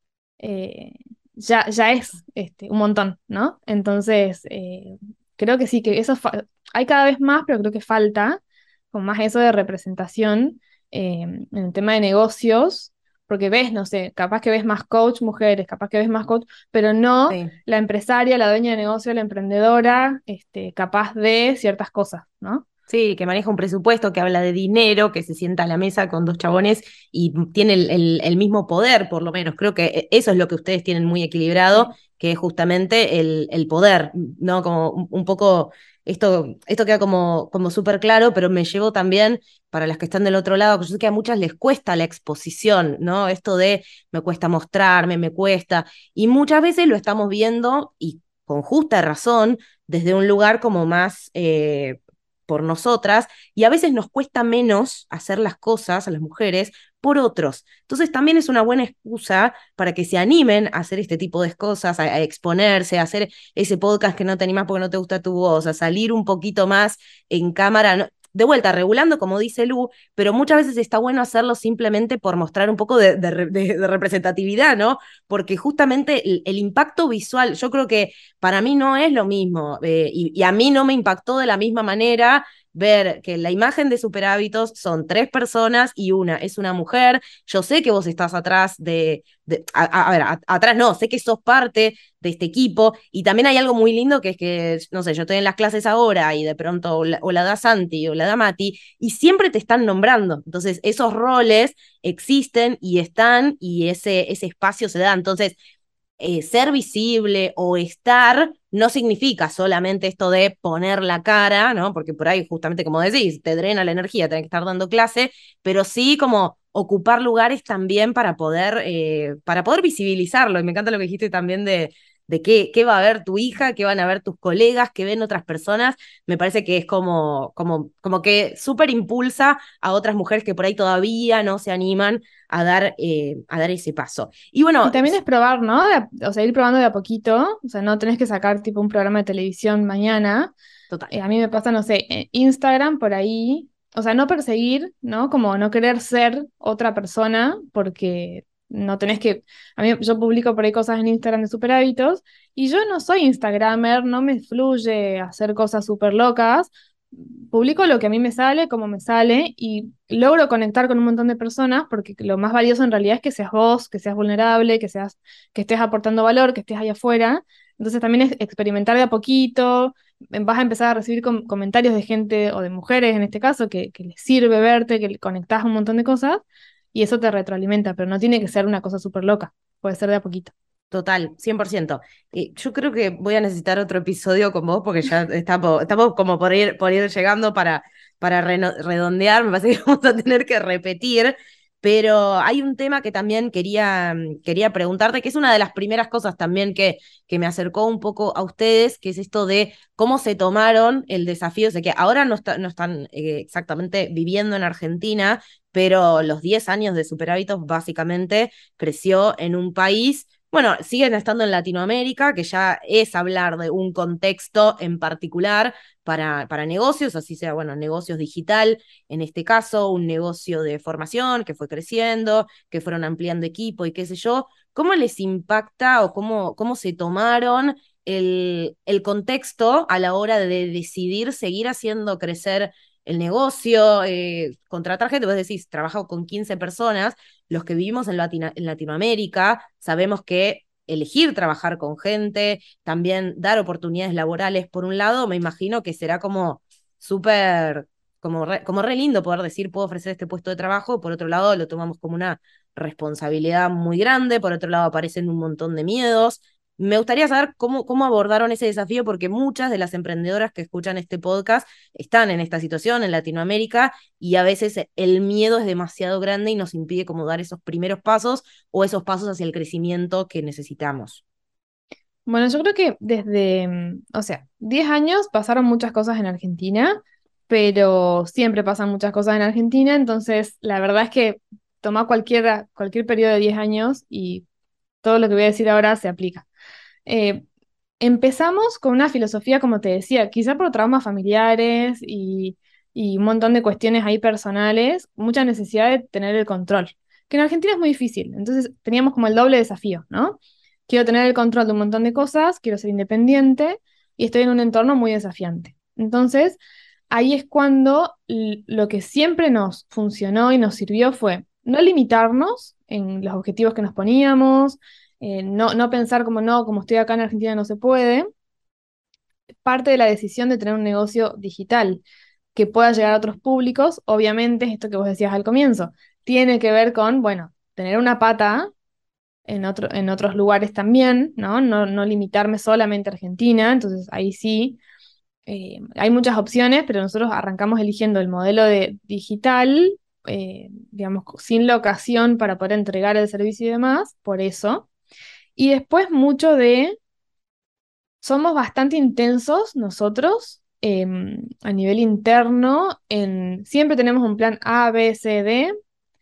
eh, ya, ya es este, un montón, ¿no? Entonces, eh, creo que sí, que eso fa- hay cada vez más, pero creo que falta con más eso de representación eh, en el tema de negocios, porque ves, no sé, capaz que ves más coach mujeres, capaz que ves más coach, pero no Sí. la empresaria, la dueña de negocio, la emprendedora, este, capaz de ciertas cosas, ¿no? Sí, que maneja un presupuesto, que habla de dinero, que se sienta a la mesa con dos chabones y tiene el, el- el mismo poder, por lo menos. Creo que e, eso es lo que ustedes tienen muy equilibrado, Sí. que es justamente el, el poder, ¿no? Como un, un poco, esto, esto queda como, como súper claro, pero me llevo también para las que están del otro lado, que yo sé que a muchas les cuesta la exposición, ¿no? Esto de me cuesta mostrarme, me cuesta, y muchas veces lo estamos viendo, y con justa razón, desde un lugar como más... eh, por nosotras, y a veces nos cuesta menos hacer las cosas a las mujeres por otros. Entonces también es una buena excusa para que se animen a hacer este tipo de cosas, a, a exponerse, a hacer ese podcast que no te animás porque no te gusta tu voz, a salir un poquito más en cámara. No, de vuelta, regulando, como dice Lu, pero muchas veces está bueno hacerlo simplemente por mostrar un poco de, de, de, de representatividad, ¿no? Porque justamente el, el, impacto visual, yo creo que para mí no es lo mismo, eh, y, y a mí no me impactó de la misma manera ver que la imagen de Super Hábitos son tres personas y una es una mujer. Yo sé que vos estás atrás de, de a, a, ver, a, atrás no, sé que sos parte de este equipo y también hay algo muy lindo que es que, no sé, yo estoy en las clases ahora y de pronto o la, o la da Santi o la da Mati y siempre te están nombrando. Entonces, esos roles existen y están y ese, ese espacio se da. Entonces, eh, ser visible o estar no significa solamente esto de poner la cara, ¿no? Porque por ahí, justamente como decís, te drena la energía, tener que estar dando clase, pero sí como ocupar lugares también para poder, eh, para poder visibilizarlo. Y me encanta lo que dijiste también de, de qué, qué va a ver tu hija, qué van a ver tus colegas, qué ven otras personas. Me parece que es como, como, como que súper impulsa a otras mujeres que por ahí todavía no se animan a dar, eh, a dar ese paso. Y Y bueno, también es probar, ¿no? De a- o sea, ir probando de a poquito, o sea, no tenés que sacar tipo un programa de televisión mañana. total. Eh, a mí me pasa, no sé, en Instagram por ahí, o sea, no perseguir, ¿no? Como no querer ser otra persona, porque no tenés que, a mí yo publico por ahí cosas en Instagram de super hábitos, y yo no soy Instagramer, no me fluye hacer cosas súper locas, publico lo que a mí me sale, como me sale, y logro conectar con un montón de personas, porque lo más valioso en realidad es que seas vos, que seas vulnerable, que seas, que estés aportando valor, que estés ahí afuera. Entonces también es experimentar de a poquito, vas a empezar a recibir com- comentarios de gente o de mujeres en este caso que, que les sirve verte, que le conectás un montón de cosas y eso te retroalimenta, pero no tiene que ser una cosa súper loca, puede ser de a poquito. Total, cien por ciento. Eh, yo creo que voy a necesitar otro episodio con vos porque ya estamos, estamos como por ir, por ir llegando para, para reno- redondear. Me parece que vamos a tener que repetir. Pero hay un tema que también quería, quería preguntarte, que es una de las primeras cosas también que, que me acercó un poco a ustedes, que es esto de cómo se tomaron el desafío. O sea, que ahora no, está, no están eh, exactamente viviendo en Argentina, pero los diez años de Superhábitos básicamente creció en un país. Bueno, siguen estando en Latinoamérica, que ya es hablar de un contexto en particular para, para negocios, así sea, bueno, negocios digital, en este caso, un negocio de formación que fue creciendo, que fueron ampliando equipo y qué sé yo. ¿Cómo les impacta o cómo, cómo se tomaron el, el contexto a la hora de decidir seguir haciendo crecer el negocio, eh, contratar gente? Vos decís, trabajo con quince personas, los que vivimos en, Latino, en Latinoamérica sabemos que elegir trabajar con gente, también dar oportunidades laborales, por un lado, me imagino que será como súper, como re, como re lindo poder decir, puedo ofrecer este puesto de trabajo, por otro lado lo tomamos como una responsabilidad muy grande, por otro lado aparecen un montón de miedos. Me gustaría saber cómo, cómo abordaron ese desafío, porque muchas de las emprendedoras que escuchan este podcast están en esta situación en Latinoamérica y a veces el miedo es demasiado grande y nos impide como dar esos primeros pasos o esos pasos hacia el crecimiento que necesitamos. Bueno, yo creo que desde, mm, o sea, diez años pasaron muchas cosas en Argentina, pero siempre pasan muchas cosas en Argentina, entonces la verdad es que toma cualquier, cualquier periodo de diez años y todo lo que voy a decir ahora se aplica. Eh, Empezamos con una filosofía, como te decía, quizá por traumas familiares y, y un montón de cuestiones ahí personales, mucha necesidad de tener el control, que en Argentina es muy difícil, entonces teníamos como el doble desafío, ¿no? Quiero tener el control de un montón de cosas, quiero ser independiente y estoy en un entorno muy desafiante. Entonces, ahí es cuando l- lo que siempre nos funcionó y nos sirvió fue no limitarnos en los objetivos que nos poníamos, eh, no, no pensar como no, como estoy acá en Argentina no se puede. Parte de la decisión de tener un negocio digital que pueda llegar a otros públicos, obviamente, es esto que vos decías al comienzo, tiene que ver con, bueno, tener una pata en otro, en otros lugares también, ¿no? No, no limitarme solamente a Argentina, entonces ahí sí, eh, hay muchas opciones, pero nosotros arrancamos eligiendo el modelo de digital, eh, digamos, sin locación para poder entregar el servicio y demás, por eso. Y después mucho de, somos bastante intensos nosotros em, a nivel interno, en, siempre tenemos un plan A, B, C, D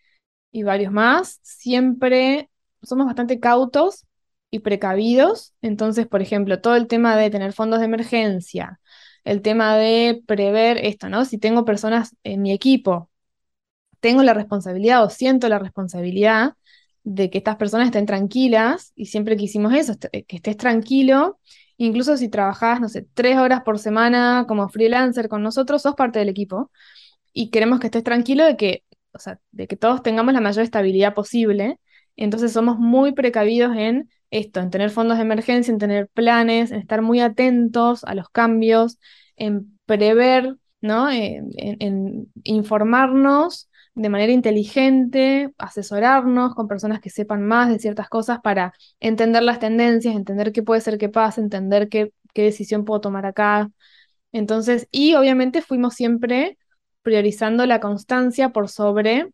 y varios más, siempre somos bastante cautos y precavidos, entonces, por ejemplo, todo el tema de tener fondos de emergencia, el tema de prever esto, ¿no? Si tengo personas en mi equipo, tengo la responsabilidad o siento la responsabilidad de que estas personas estén tranquilas y siempre quisimos eso, est- que estés tranquilo, incluso si trabajás, no sé, tres horas por semana como freelancer con nosotros, sos parte del equipo y queremos que estés tranquilo de que, o sea, de que todos tengamos la mayor estabilidad posible. Entonces somos muy precavidos en esto, en tener fondos de emergencia, en tener planes, en estar muy atentos a los cambios, en prever, ¿no? En, en- en informarnos de manera inteligente, asesorarnos con personas que sepan más de ciertas cosas para entender las tendencias, entender qué puede ser que pase, entender qué, qué decisión puedo tomar acá. Entonces, y obviamente fuimos siempre priorizando la constancia por sobre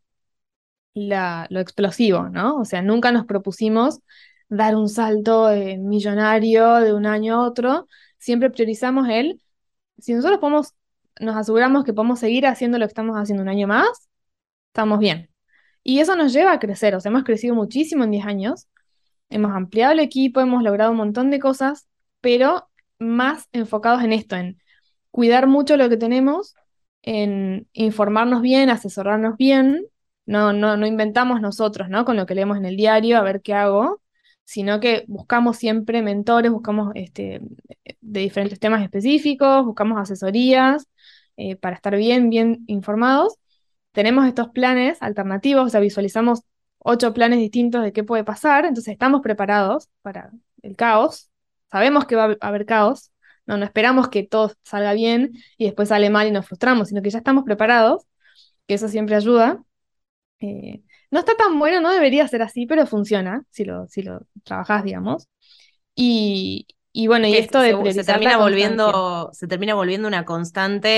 la- lo explosivo, ¿no? O sea, nunca nos propusimos dar un salto eh, millonario de un año a otro, siempre priorizamos el, si nosotros podemos, nos aseguramos que podemos seguir haciendo lo que estamos haciendo un año más, estamos bien. Y eso nos lleva a crecer, o sea, hemos crecido muchísimo en diez años, hemos ampliado el equipo, hemos logrado un montón de cosas, pero más enfocados en esto, en cuidar mucho lo que tenemos, en informarnos bien, asesorarnos bien, no, no, no inventamos nosotros, ¿no? Con lo que leemos en el diario, a ver qué hago, sino que buscamos siempre mentores, buscamos este, de diferentes temas específicos, buscamos asesorías eh, para estar bien, bien informados. Tenemos estos planes alternativos, o sea, visualizamos ocho planes distintos de qué puede pasar, entonces estamos preparados para el caos, sabemos que va a haber caos, no, no esperamos que todo salga bien y después sale mal y nos frustramos, sino que ya estamos preparados, que eso siempre ayuda. Eh, no está tan bueno, no debería ser así, pero funciona si lo, si lo trabajás, digamos. Y, y bueno, Es y que esto se, de se priorizar la termina constancia. volviendo, se termina volviendo una constante.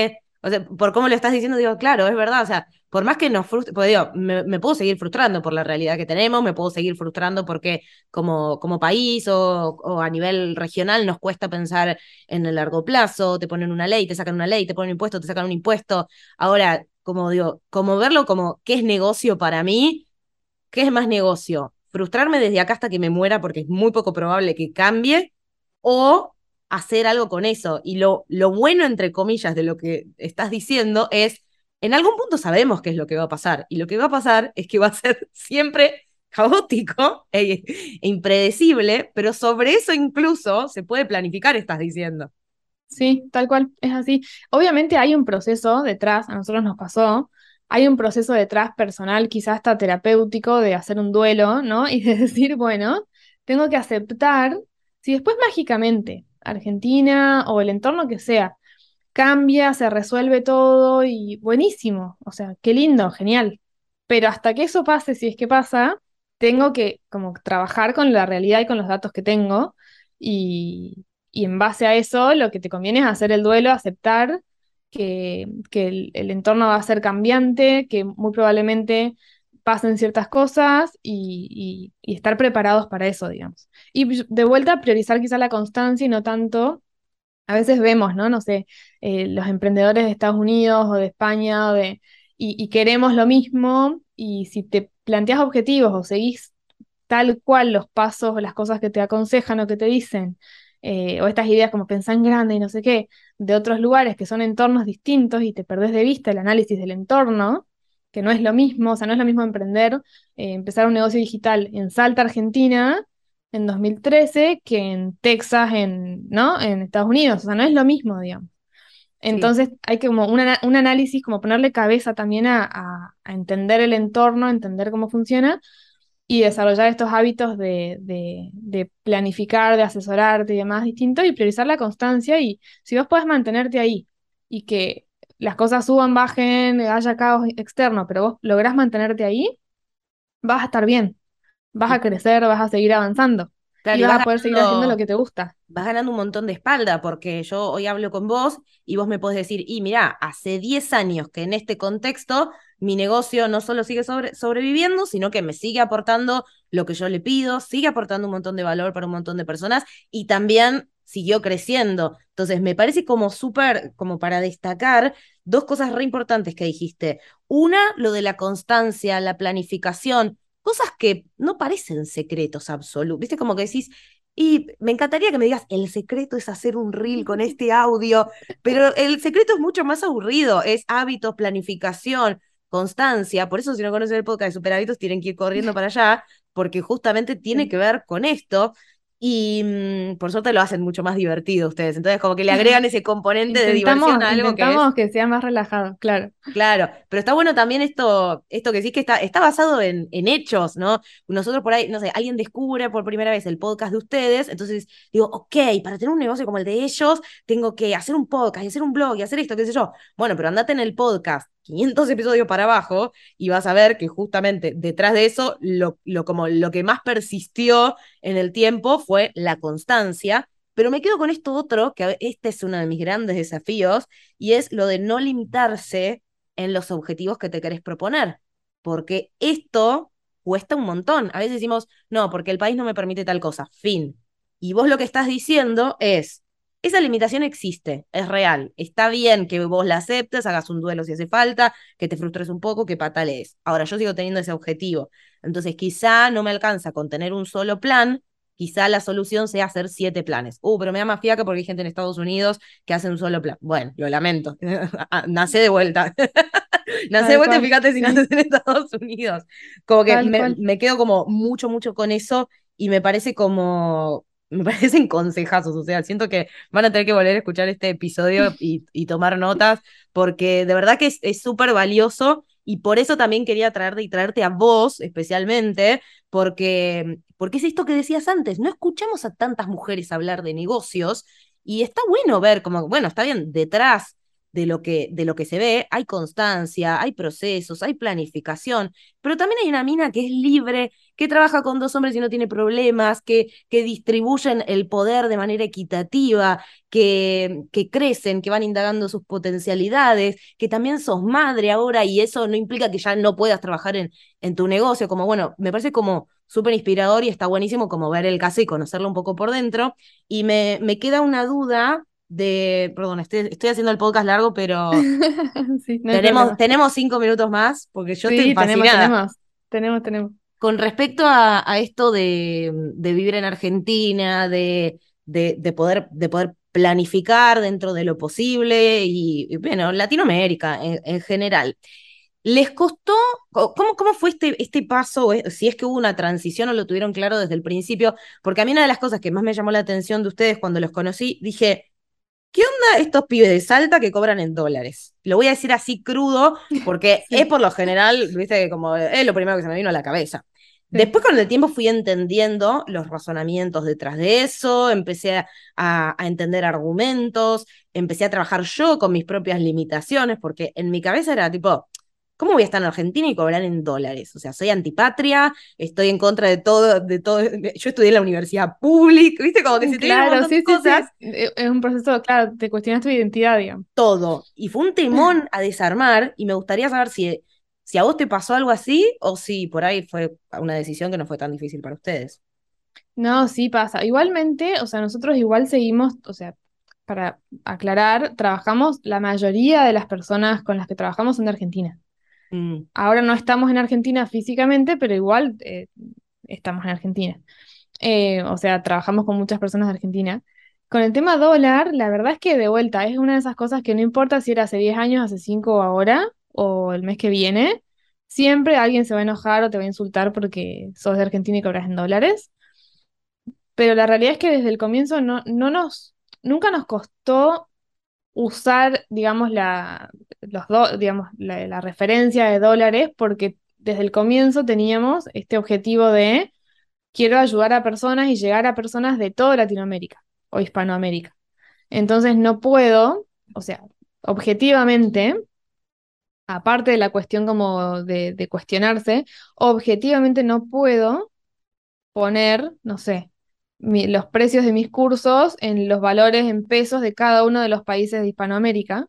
O sea, por cómo lo estás diciendo, digo, claro, es verdad, o sea, por más que nos frustre, pues digo, me, me puedo seguir frustrando por la realidad que tenemos, me puedo seguir frustrando porque como, como país o, o a nivel regional nos cuesta pensar en el largo plazo, te ponen una ley, te sacan una ley, te ponen un impuesto, te sacan un impuesto. Ahora, como digo, como verlo como qué es negocio para mí, qué es más negocio, frustrarme desde acá hasta que me muera porque es muy poco probable que cambie, o hacer algo con eso. Y lo, lo bueno, entre comillas, de lo que estás diciendo es, en algún punto sabemos qué es lo que va a pasar. Y lo que va a pasar es que va a ser siempre caótico e, e impredecible, pero sobre eso incluso se puede planificar, estás diciendo. Sí, tal cual, es así. Obviamente hay un proceso detrás, a nosotros nos pasó, hay un proceso detrás personal, quizás hasta terapéutico, de hacer un duelo, ¿no? Y de decir, bueno, tengo que aceptar, si después mágicamente Argentina o el entorno que sea cambia, se resuelve todo y buenísimo, o sea, qué lindo, genial. Pero hasta que eso pase, si es que pasa, tengo que como trabajar con la realidad y con los datos que tengo y, y en base a eso lo que te conviene es hacer el duelo, aceptar que, que el, el entorno va a ser cambiante, que muy probablemente pasen ciertas cosas y, y- y estar preparados para eso, digamos. Y de vuelta, priorizar quizá la constancia y no tanto a veces vemos, ¿no? No sé, eh, los emprendedores de Estados Unidos o de España o de, y, y queremos lo mismo y si te planteas objetivos o seguís tal cual los pasos o las cosas que te aconsejan o que te dicen, eh, o estas ideas como pensar en grande y no sé qué, de otros lugares que son entornos distintos y te perdés de vista el análisis del entorno, que no es lo mismo, o sea, no es lo mismo emprender, eh, empezar un negocio digital en Salta, Argentina, en dos mil trece, que en Texas, en, ¿no? En Estados Unidos, o sea, no es lo mismo, digamos. Sí. Entonces hay que como un, ana- un análisis, como ponerle cabeza también a, a- a entender el entorno, a entender cómo funciona y desarrollar estos hábitos de, de- de planificar, de asesorarte y demás distinto y priorizar la constancia y si vos podés mantenerte ahí y que las cosas suban, bajen, haya caos externo, pero vos lográs mantenerte ahí, vas a estar bien, vas Y a crecer, vas a seguir avanzando claro, y y vas vas a poder seguir haciendo lo ganando, que te gusta. vas ganando un montón de espalda, porque yo hoy hablo con vos y vos me podés decir, y mirá, hace diez años que en este contexto mi negocio no solo sigue sobre- sobreviviendo, sino que me sigue aportando lo que yo le pido, sigue aportando un montón de valor para un montón de personas y también siguió creciendo. Entonces, me parece como súper, como para destacar dos cosas re importantes que dijiste. Una, lo de la constancia, la planificación, cosas que no parecen secretos absolutos. ¿Viste? Como que decís, y me encantaría que me digas, el secreto es hacer un reel con este audio, pero el secreto es mucho más aburrido, es hábitos, planificación, constancia. Por eso si no conocen el podcast de Super Hábitos tienen que ir corriendo para allá, porque justamente tiene Sí. que ver con esto. Y mm, por suerte lo hacen mucho más divertido ustedes. Entonces como que le agregan ese componente de diversión Intentamos, a algo que es intentamos que sea más relajado, claro. claro, pero está bueno también esto, esto que decís que está, está basado en, en hechos, ¿no? Nosotros por ahí, no sé, alguien descubre por primera vez el podcast de ustedes, entonces digo, ok, para tener un negocio como el de ellos, tengo que hacer un podcast y hacer un blog y hacer esto, qué sé yo. Bueno, pero andate en el podcast quinientos episodios para abajo y vas a ver que justamente detrás de eso, lo, lo, como lo que más persistió en el tiempo fue la constancia. Pero me quedo con esto otro, que este es uno de mis grandes desafíos, y es lo de no limitarse en los objetivos que te querés proponer, porque esto cuesta un montón. A veces decimos, no, porque el país no me permite tal cosa, fin. Y vos lo que estás diciendo es, esa limitación existe, es real, está bien que vos la aceptes, hagas un duelo si hace falta, que te frustres un poco, que patalees. Ahora, yo sigo teniendo ese objetivo, entonces quizá no me alcanza con tener un solo plan, quizá la solución sea hacer siete planes. Uh, pero me da más fiaca porque hay gente en Estados Unidos que hace un solo plan. Bueno, lo lamento. Nacé de vuelta. Nacé de Tal vuelta y cual, fíjate si sí, naces en Estados Unidos. Como que tal me, cual. me quedo como mucho, mucho con eso y me parece como, me parecen consejazos, o sea, siento que van a tener que volver a escuchar este episodio y, y tomar notas, porque de verdad que es súper valioso y por eso también quería traerte y traerte a vos especialmente, porque, porque es esto que decías antes, no escuchamos a tantas mujeres hablar de negocios y está bueno ver como, bueno, está bien, detrás de lo que, de lo que se ve, hay constancia, hay procesos, hay planificación, pero también hay una mina que es libre, que trabaja con dos hombres y no tiene problemas, que, que distribuyen el poder de manera equitativa, que, que crecen, que van indagando sus potencialidades, que también sos madre ahora y eso no implica que ya no puedas trabajar en, en tu negocio, como bueno, me parece como súper inspirador y está buenísimo como ver el caso y conocerlo un poco por dentro. Y me, me queda una duda de, perdón, estoy, estoy haciendo el podcast largo, pero Sí, no hay tenemos, problema. tenemos cinco minutos más porque yo estoy Sí, tenemos, fascinada. tenemos, tenemos, tenemos. Con respecto a, a esto de, de vivir en Argentina, de, de, de poder, de poder planificar dentro de lo posible y, y bueno, Latinoamérica en, en general. ¿Les costó, cómo, cómo fue este, este paso, eh, si es que hubo una transición o lo tuvieron claro desde el principio? Porque a mí una de las cosas que más me llamó la atención de ustedes cuando los conocí, dije, ¿qué onda estos pibes de Salta que cobran en dólares? Lo voy a decir así crudo, porque Sí, es por lo general, viste, como es lo primero que se me vino a la cabeza. sí. Después con el tiempo fui entendiendo los razonamientos detrás de eso, empecé a, a entender argumentos, empecé a trabajar yo con mis propias limitaciones, porque en mi cabeza era tipo, ¿cómo voy a estar en Argentina y cobrar en dólares? O sea, soy antipatria, estoy en contra de todo, de todo. Yo estudié en la universidad pública, ¿viste? Como que se te vienen un Claro, montón de sí, sí, sí. cosas, Es es un proceso, claro, te cuestionas tu identidad, digamos. todo. Y fue un temón a desarmar, y me gustaría saber si, si a vos te pasó algo así, o si por ahí fue una decisión que no fue tan difícil para ustedes. No, sí pasa. Igualmente, o sea, nosotros igual seguimos, o sea, para aclarar, trabajamos, la mayoría de las personas con las que trabajamos son de Argentina. Mm, Ahora no estamos en Argentina físicamente, pero igual eh, estamos en Argentina. Eh, o sea, trabajamos con muchas personas de Argentina. Con el tema dólar, la verdad es que de vuelta es una de esas cosas que no importa si era hace diez años, hace cinco o ahora, o el mes que viene, siempre alguien se va a enojar o te va a insultar porque sos de Argentina y cobras en dólares. Pero la realidad es que desde el comienzo no, no nos, nunca nos costó usar, digamos, la, los do- digamos, la, la referencia de dólares, porque desde el comienzo teníamos este objetivo de quiero ayudar a personas y llegar a personas de toda Latinoamérica o Hispanoamérica. Entonces no puedo, o sea, objetivamente, aparte de la cuestión como de, de cuestionarse, objetivamente no puedo poner, no sé, mi- los precios de mis cursos en los valores en pesos de cada uno de los países de Hispanoamérica.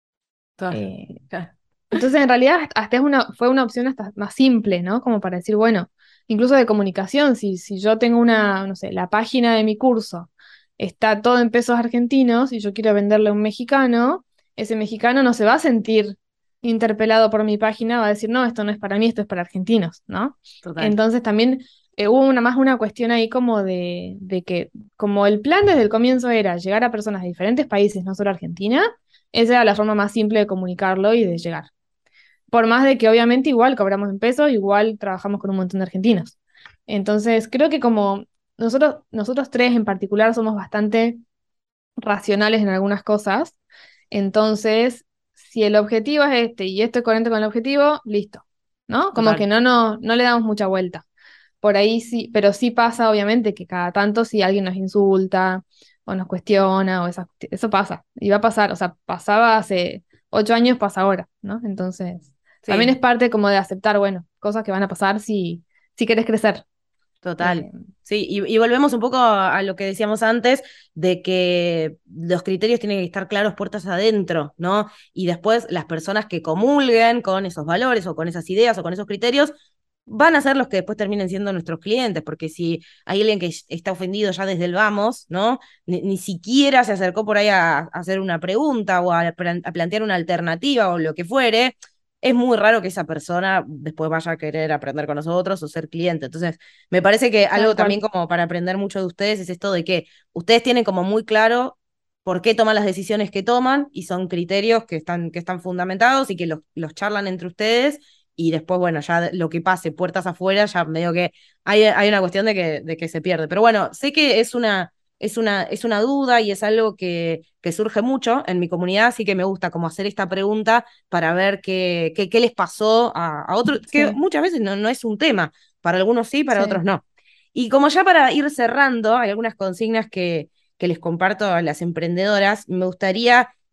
claro, Eh, claro. entonces, en realidad, hasta es una, fue una opción hasta más simple, ¿no? Como para decir, bueno, incluso de comunicación, si, si yo tengo una, no sé, la página de mi curso está todo en pesos argentinos y yo quiero venderle a un mexicano, ese mexicano no se va a sentir interpelado por mi página, va a decir, no, esto no es para mí, esto es para argentinos, ¿no? Total. Entonces también eh, hubo una más una cuestión ahí como de, de que, como el plan desde el comienzo era llegar a personas de diferentes países, no solo Argentina, esa era la forma más simple de comunicarlo y de llegar. Por más de que obviamente igual cobramos en pesos, igual trabajamos con un montón de argentinos. Entonces, creo que como nosotros, nosotros tres en particular somos bastante racionales en algunas cosas, entonces, si el objetivo es este y esto es coherente con el objetivo, listo, ¿no? Como que Total. no, no, no le damos mucha vuelta. Por ahí sí, pero sí pasa obviamente que cada tanto si alguien nos insulta o nos cuestiona o esa, eso pasa y va a pasar, o sea, pasaba hace ocho años, pasa ahora, ¿no? Entonces, también es Sí, parte como de aceptar, bueno, cosas que van a pasar si, si querés crecer. total. Eh, Sí, y, y volvemos un poco a, a lo que decíamos antes, de que los criterios tienen que estar claros puertas adentro, ¿no? Y después las personas que comulguen con esos valores o con esas ideas o con esos criterios van a ser los que después terminen siendo nuestros clientes, porque si hay alguien que está ofendido ya desde el vamos, ¿no? Ni, ni siquiera se acercó por ahí a, a hacer una pregunta o a, plan- a plantear una alternativa o lo que fuere, es muy raro que esa persona después vaya a querer aprender con nosotros o ser cliente. Entonces, me parece que Tal algo también cual. como para aprender mucho de ustedes es esto de que ustedes tienen como muy claro por qué toman las decisiones que toman y son criterios que están, que están fundamentados y que los, los charlan entre ustedes y después, bueno, ya lo que pase puertas afuera, ya medio que hay, hay una cuestión de que, de que se pierde. Pero bueno, sé que es una, es una, es una duda y es algo que, que surge mucho en mi comunidad, así que me gusta como hacer esta pregunta para ver qué, qué, qué les pasó a, a otros, que Sí, muchas veces no, no es un tema, para algunos sí, para otros sí. no. Y como ya para ir cerrando, hay algunas consignas que, que les comparto a las emprendedoras. Me gustaría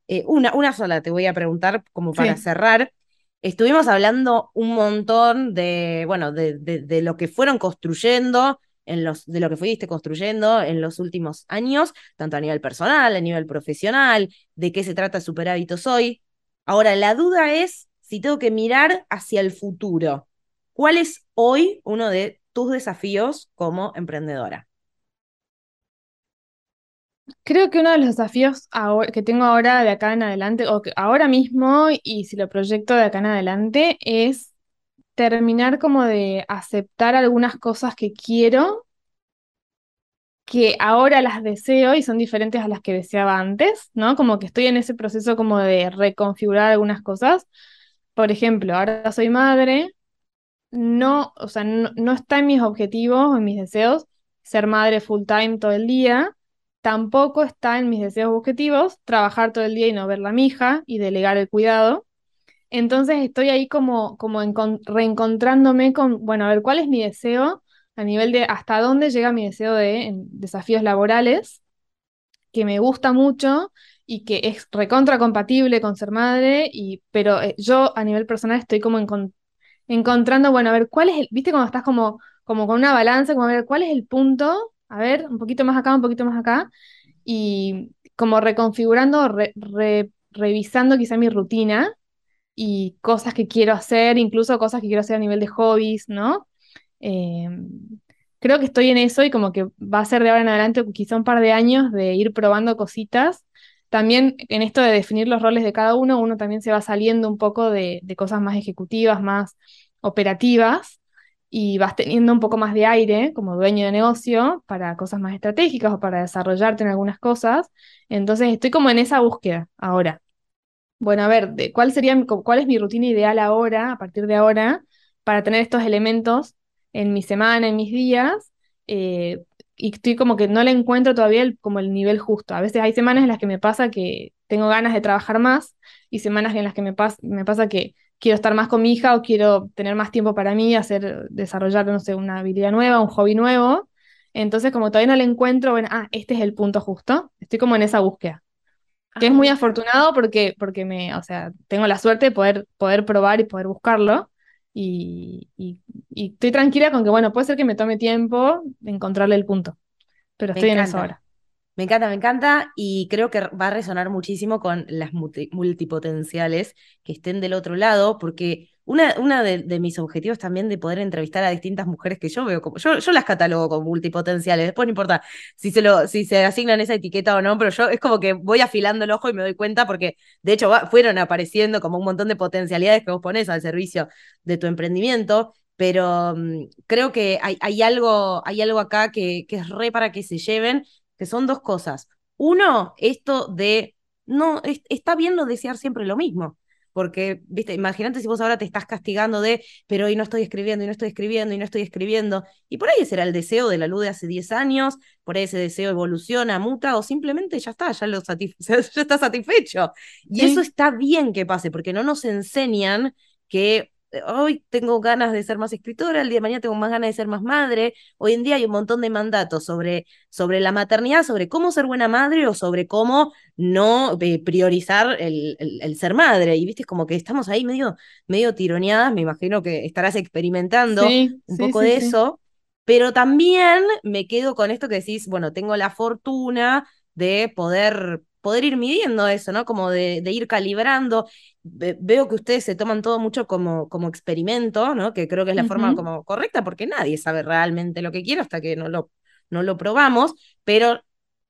Eh, una, una sola te voy a preguntar como para Sí. cerrar. Estuvimos hablando un montón de, bueno, de, de, de lo que fueron construyendo, en los, de lo que fuiste construyendo en los últimos años, tanto a nivel personal, a nivel profesional, de qué se trata Super Hábitos hoy. Ahora, la duda es si tengo que mirar hacia el futuro. ¿Cuál es hoy uno de tus desafíos como emprendedora? Creo que uno de los desafíos ahora- que tengo ahora de acá en adelante, o que ahora mismo, y si lo proyecto de acá en adelante, es terminar como de aceptar algunas cosas que quiero, que ahora las deseo y son diferentes a las que deseaba antes, ¿no? Como que estoy en ese proceso como de reconfigurar algunas cosas. Por ejemplo, ahora soy madre, no, o sea, no, no está en mis objetivos, en mis deseos, ser madre full time todo el día. Tampoco está en mis deseos o objetivos trabajar todo el día y no ver la mija y delegar el cuidado. Entonces estoy ahí como, como encon- reencontrándome con, bueno, a ver, ¿cuál es mi deseo a nivel de hasta dónde llega mi deseo de en desafíos laborales, que me gusta mucho y que es recontra compatible con ser madre, y, pero eh, yo a nivel personal estoy como encon- encontrando, bueno, a ver, ¿cuál es el, viste cuando estás como, como con una balanza, como a ver, ¿cuál es el punto? A ver, un poquito más acá, un poquito más acá, y como reconfigurando, re- re- revisando quizá mi rutina y cosas que quiero hacer, incluso cosas que quiero hacer a nivel de hobbies, ¿no? Eh, Creo que estoy en eso y como que va a ser de ahora en adelante quizá un par de años de ir probando cositas. También en esto de definir los roles de cada uno, uno también se va saliendo un poco de, de cosas más ejecutivas, más operativas, y vas teniendo un poco más de aire como dueño de negocio para cosas más estratégicas o para desarrollarte en algunas cosas. Entonces estoy como en esa búsqueda ahora. Bueno, a ver, de cuál sería, mi- co- cuál es mi rutina ideal ahora, a partir de ahora, para tener estos elementos en mi semana, en mis días, eh, y estoy como que no le encuentro todavía el- como el nivel justo. A veces hay semanas en las que me pasa que tengo ganas de trabajar más y semanas en las que me, pas- me pasa que quiero estar más con mi hija o quiero tener más tiempo para mí, hacer, desarrollar, no sé, una habilidad nueva, un hobby nuevo. Entonces, como todavía no le encuentro, bueno, ah, este es el punto justo, estoy como en esa búsqueda, que es Ay, me muy encanta. afortunado porque, porque me, o sea, tengo la suerte de poder, poder probar y poder buscarlo. Y, y- y estoy tranquila con que, bueno, puede ser que me tome tiempo de encontrarle el punto, pero Me estoy en eso encanta. ahora. Me encanta, me encanta y creo que va a resonar muchísimo con las multi- multipotenciales que estén del otro lado, porque una, una de, de mis objetivos también de poder entrevistar a distintas mujeres que yo veo como, yo, yo las catalogo como multipotenciales, después no importa si se lo, si se asignan esa etiqueta o no, pero yo es como que voy afilando el ojo y me doy cuenta porque de hecho va- fueron apareciendo como un montón de potencialidades que vos pones al servicio de tu emprendimiento. Pero mm, creo que hay, hay algo, hay algo acá que, que es re para que se lleven, que son dos cosas. Uno, esto de, no, es- está bien no desear siempre lo mismo, porque, viste, imagínate si vos ahora te estás castigando de, pero hoy no estoy escribiendo, y no estoy escribiendo, y no estoy escribiendo, y por ahí ese era el deseo de la luz de hace diez años, por ahí ese deseo evoluciona, muta, o simplemente ya está, ya, lo satisf ya está satisfecho. Y eso Sí, está bien que pase, porque no nos enseñan que eh, hoy tengo ganas de ser más escritora, el día de mañana tengo más ganas de ser más madre. Hoy en día hay un montón de mandatos sobre sobre la maternidad, sobre cómo ser buena madre o sobre cómo no eh, priorizar el, el, el, ser madre. Y viste, como que estamos ahí medio, medio tironeadas, me imagino que estarás experimentando sí, un sí, poco sí, de sí. eso, pero también me quedo con esto que decís, bueno, tengo la fortuna de poder, poder ir midiendo eso, ¿no? Como de, de ir calibrando. Ve- veo que ustedes se toman todo mucho como, como experimento, ¿no? Que creo que es la forma Ujú. como correcta, porque nadie sabe realmente lo que quiere hasta que no lo no lo probamos, pero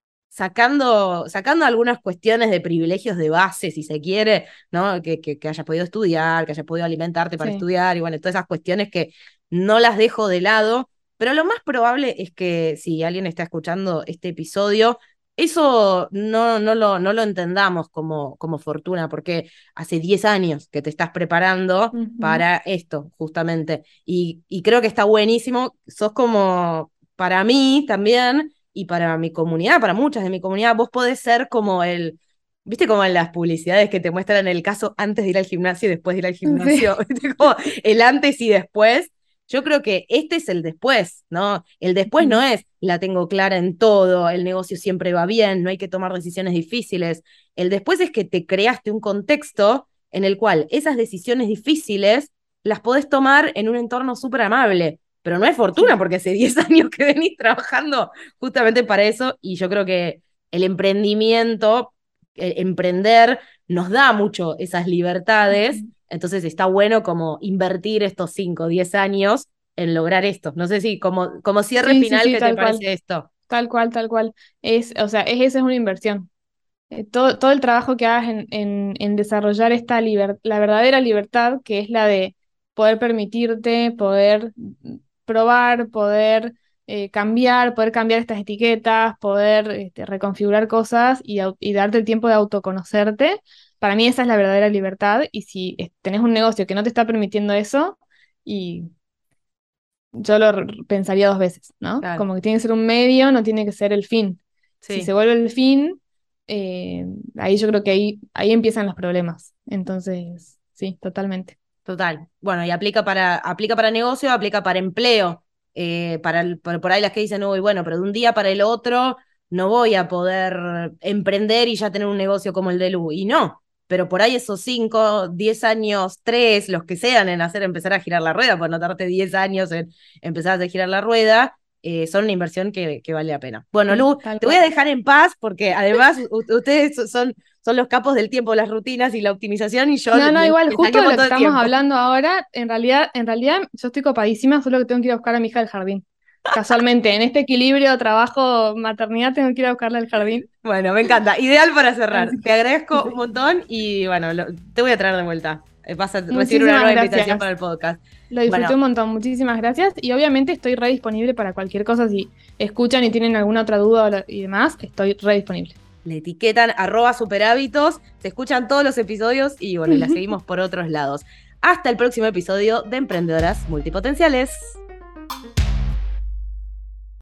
sacando, sacando algunas cuestiones de privilegios de base, si se quiere, ¿no? Que, que, que hayas podido estudiar, que hayas podido alimentarte para Sí. estudiar, y bueno, todas esas cuestiones que no las dejo de lado, pero lo más probable es que si alguien está escuchando este episodio, eso no, no, lo, no lo entendamos como, como fortuna, porque hace diez años que te estás preparando Ujú. para esto, justamente. Y, y creo que está buenísimo. Sos como, para mí también, y para mi comunidad, para muchas de mi comunidad, vos podés ser como el, viste como en las publicidades que te muestran el caso antes de ir al gimnasio y después de ir al Sí, gimnasio, ¿viste? Como el antes y después. yo creo que este es el después, ¿no? El después no es la tengo clara en todo, el negocio siempre va bien, no hay que tomar decisiones difíciles. El después es que te creaste un contexto en el cual esas decisiones difíciles las podés tomar en un entorno súper amable. Pero no es fortuna, porque hace diez años que venís trabajando justamente para eso, y yo creo que el emprendimiento, el emprender, nos da mucho esas libertades. Entonces está bueno como invertir estos cinco o diez años en lograr esto. No sé si como, como cierre Sí, sí, final, sí, ¿qué te tal parece cual. esto? Tal cual, tal cual. Es, o sea, es, esa es una inversión. Eh, todo, todo el trabajo que hagas en, en, en desarrollar esta liber- la verdadera libertad, que es la de poder permitirte, poder probar, poder eh, cambiar, poder cambiar estas etiquetas, poder este, reconfigurar cosas y, au- y darte el tiempo de autoconocerte. Para mí esa es la verdadera libertad, y si eh, tenés un negocio que no te está permitiendo eso, y yo lo r- pensaría dos veces, ¿no? Claro, Como que tiene que ser un medio, no tiene que ser el fin. Si se sí, vuelve el fin, eh, ahí yo creo que ahí, ahí empiezan los problemas. Entonces, sí, totalmente. total. Bueno, y aplica para, aplica para negocio, aplica para empleo. Eh, para el- por, por ahí las que dicen, uy, bueno, pero de un día para el otro no voy a poder emprender y ya tener un negocio como el de Lu. Y no, pero por ahí esos cinco, diez años, tres, los que sean en hacer empezar a girar la rueda, por no tardarte diez años en empezar a hacer girar la rueda, eh, son una inversión que, que vale la pena. Bueno, Sí, Lu, tal te voy a cual. dejar en paz porque además u- ustedes son, son los capos del tiempo, las rutinas y la optimización, y yo No, le, no, le- igual, le saqué justo un de lo que montón de estamos tiempo. hablando ahora, en realidad, en realidad yo estoy copadísima, solo que tengo que ir a buscar a mi hija al jardín. Casualmente, en este equilibrio trabajo-maternidad tengo que ir a buscarla al jardín. Bueno, me encanta. Ideal para cerrar. Así Te agradezco un sí. montón y bueno, lo- te voy a traer de vuelta. Eh, Vas a recibir una Muchísimas nueva invitación gracias. para el podcast. Lo disfruté Bueno, un montón, muchísimas gracias. Y obviamente estoy re disponible para cualquier cosa. Si escuchan y tienen alguna otra duda o lo- y demás, estoy re disponible. le etiquetan arroba superhábitos, se escuchan todos los episodios y bueno, y la seguimos por otros lados. Hasta el próximo episodio de Emprendedoras Multipotenciales.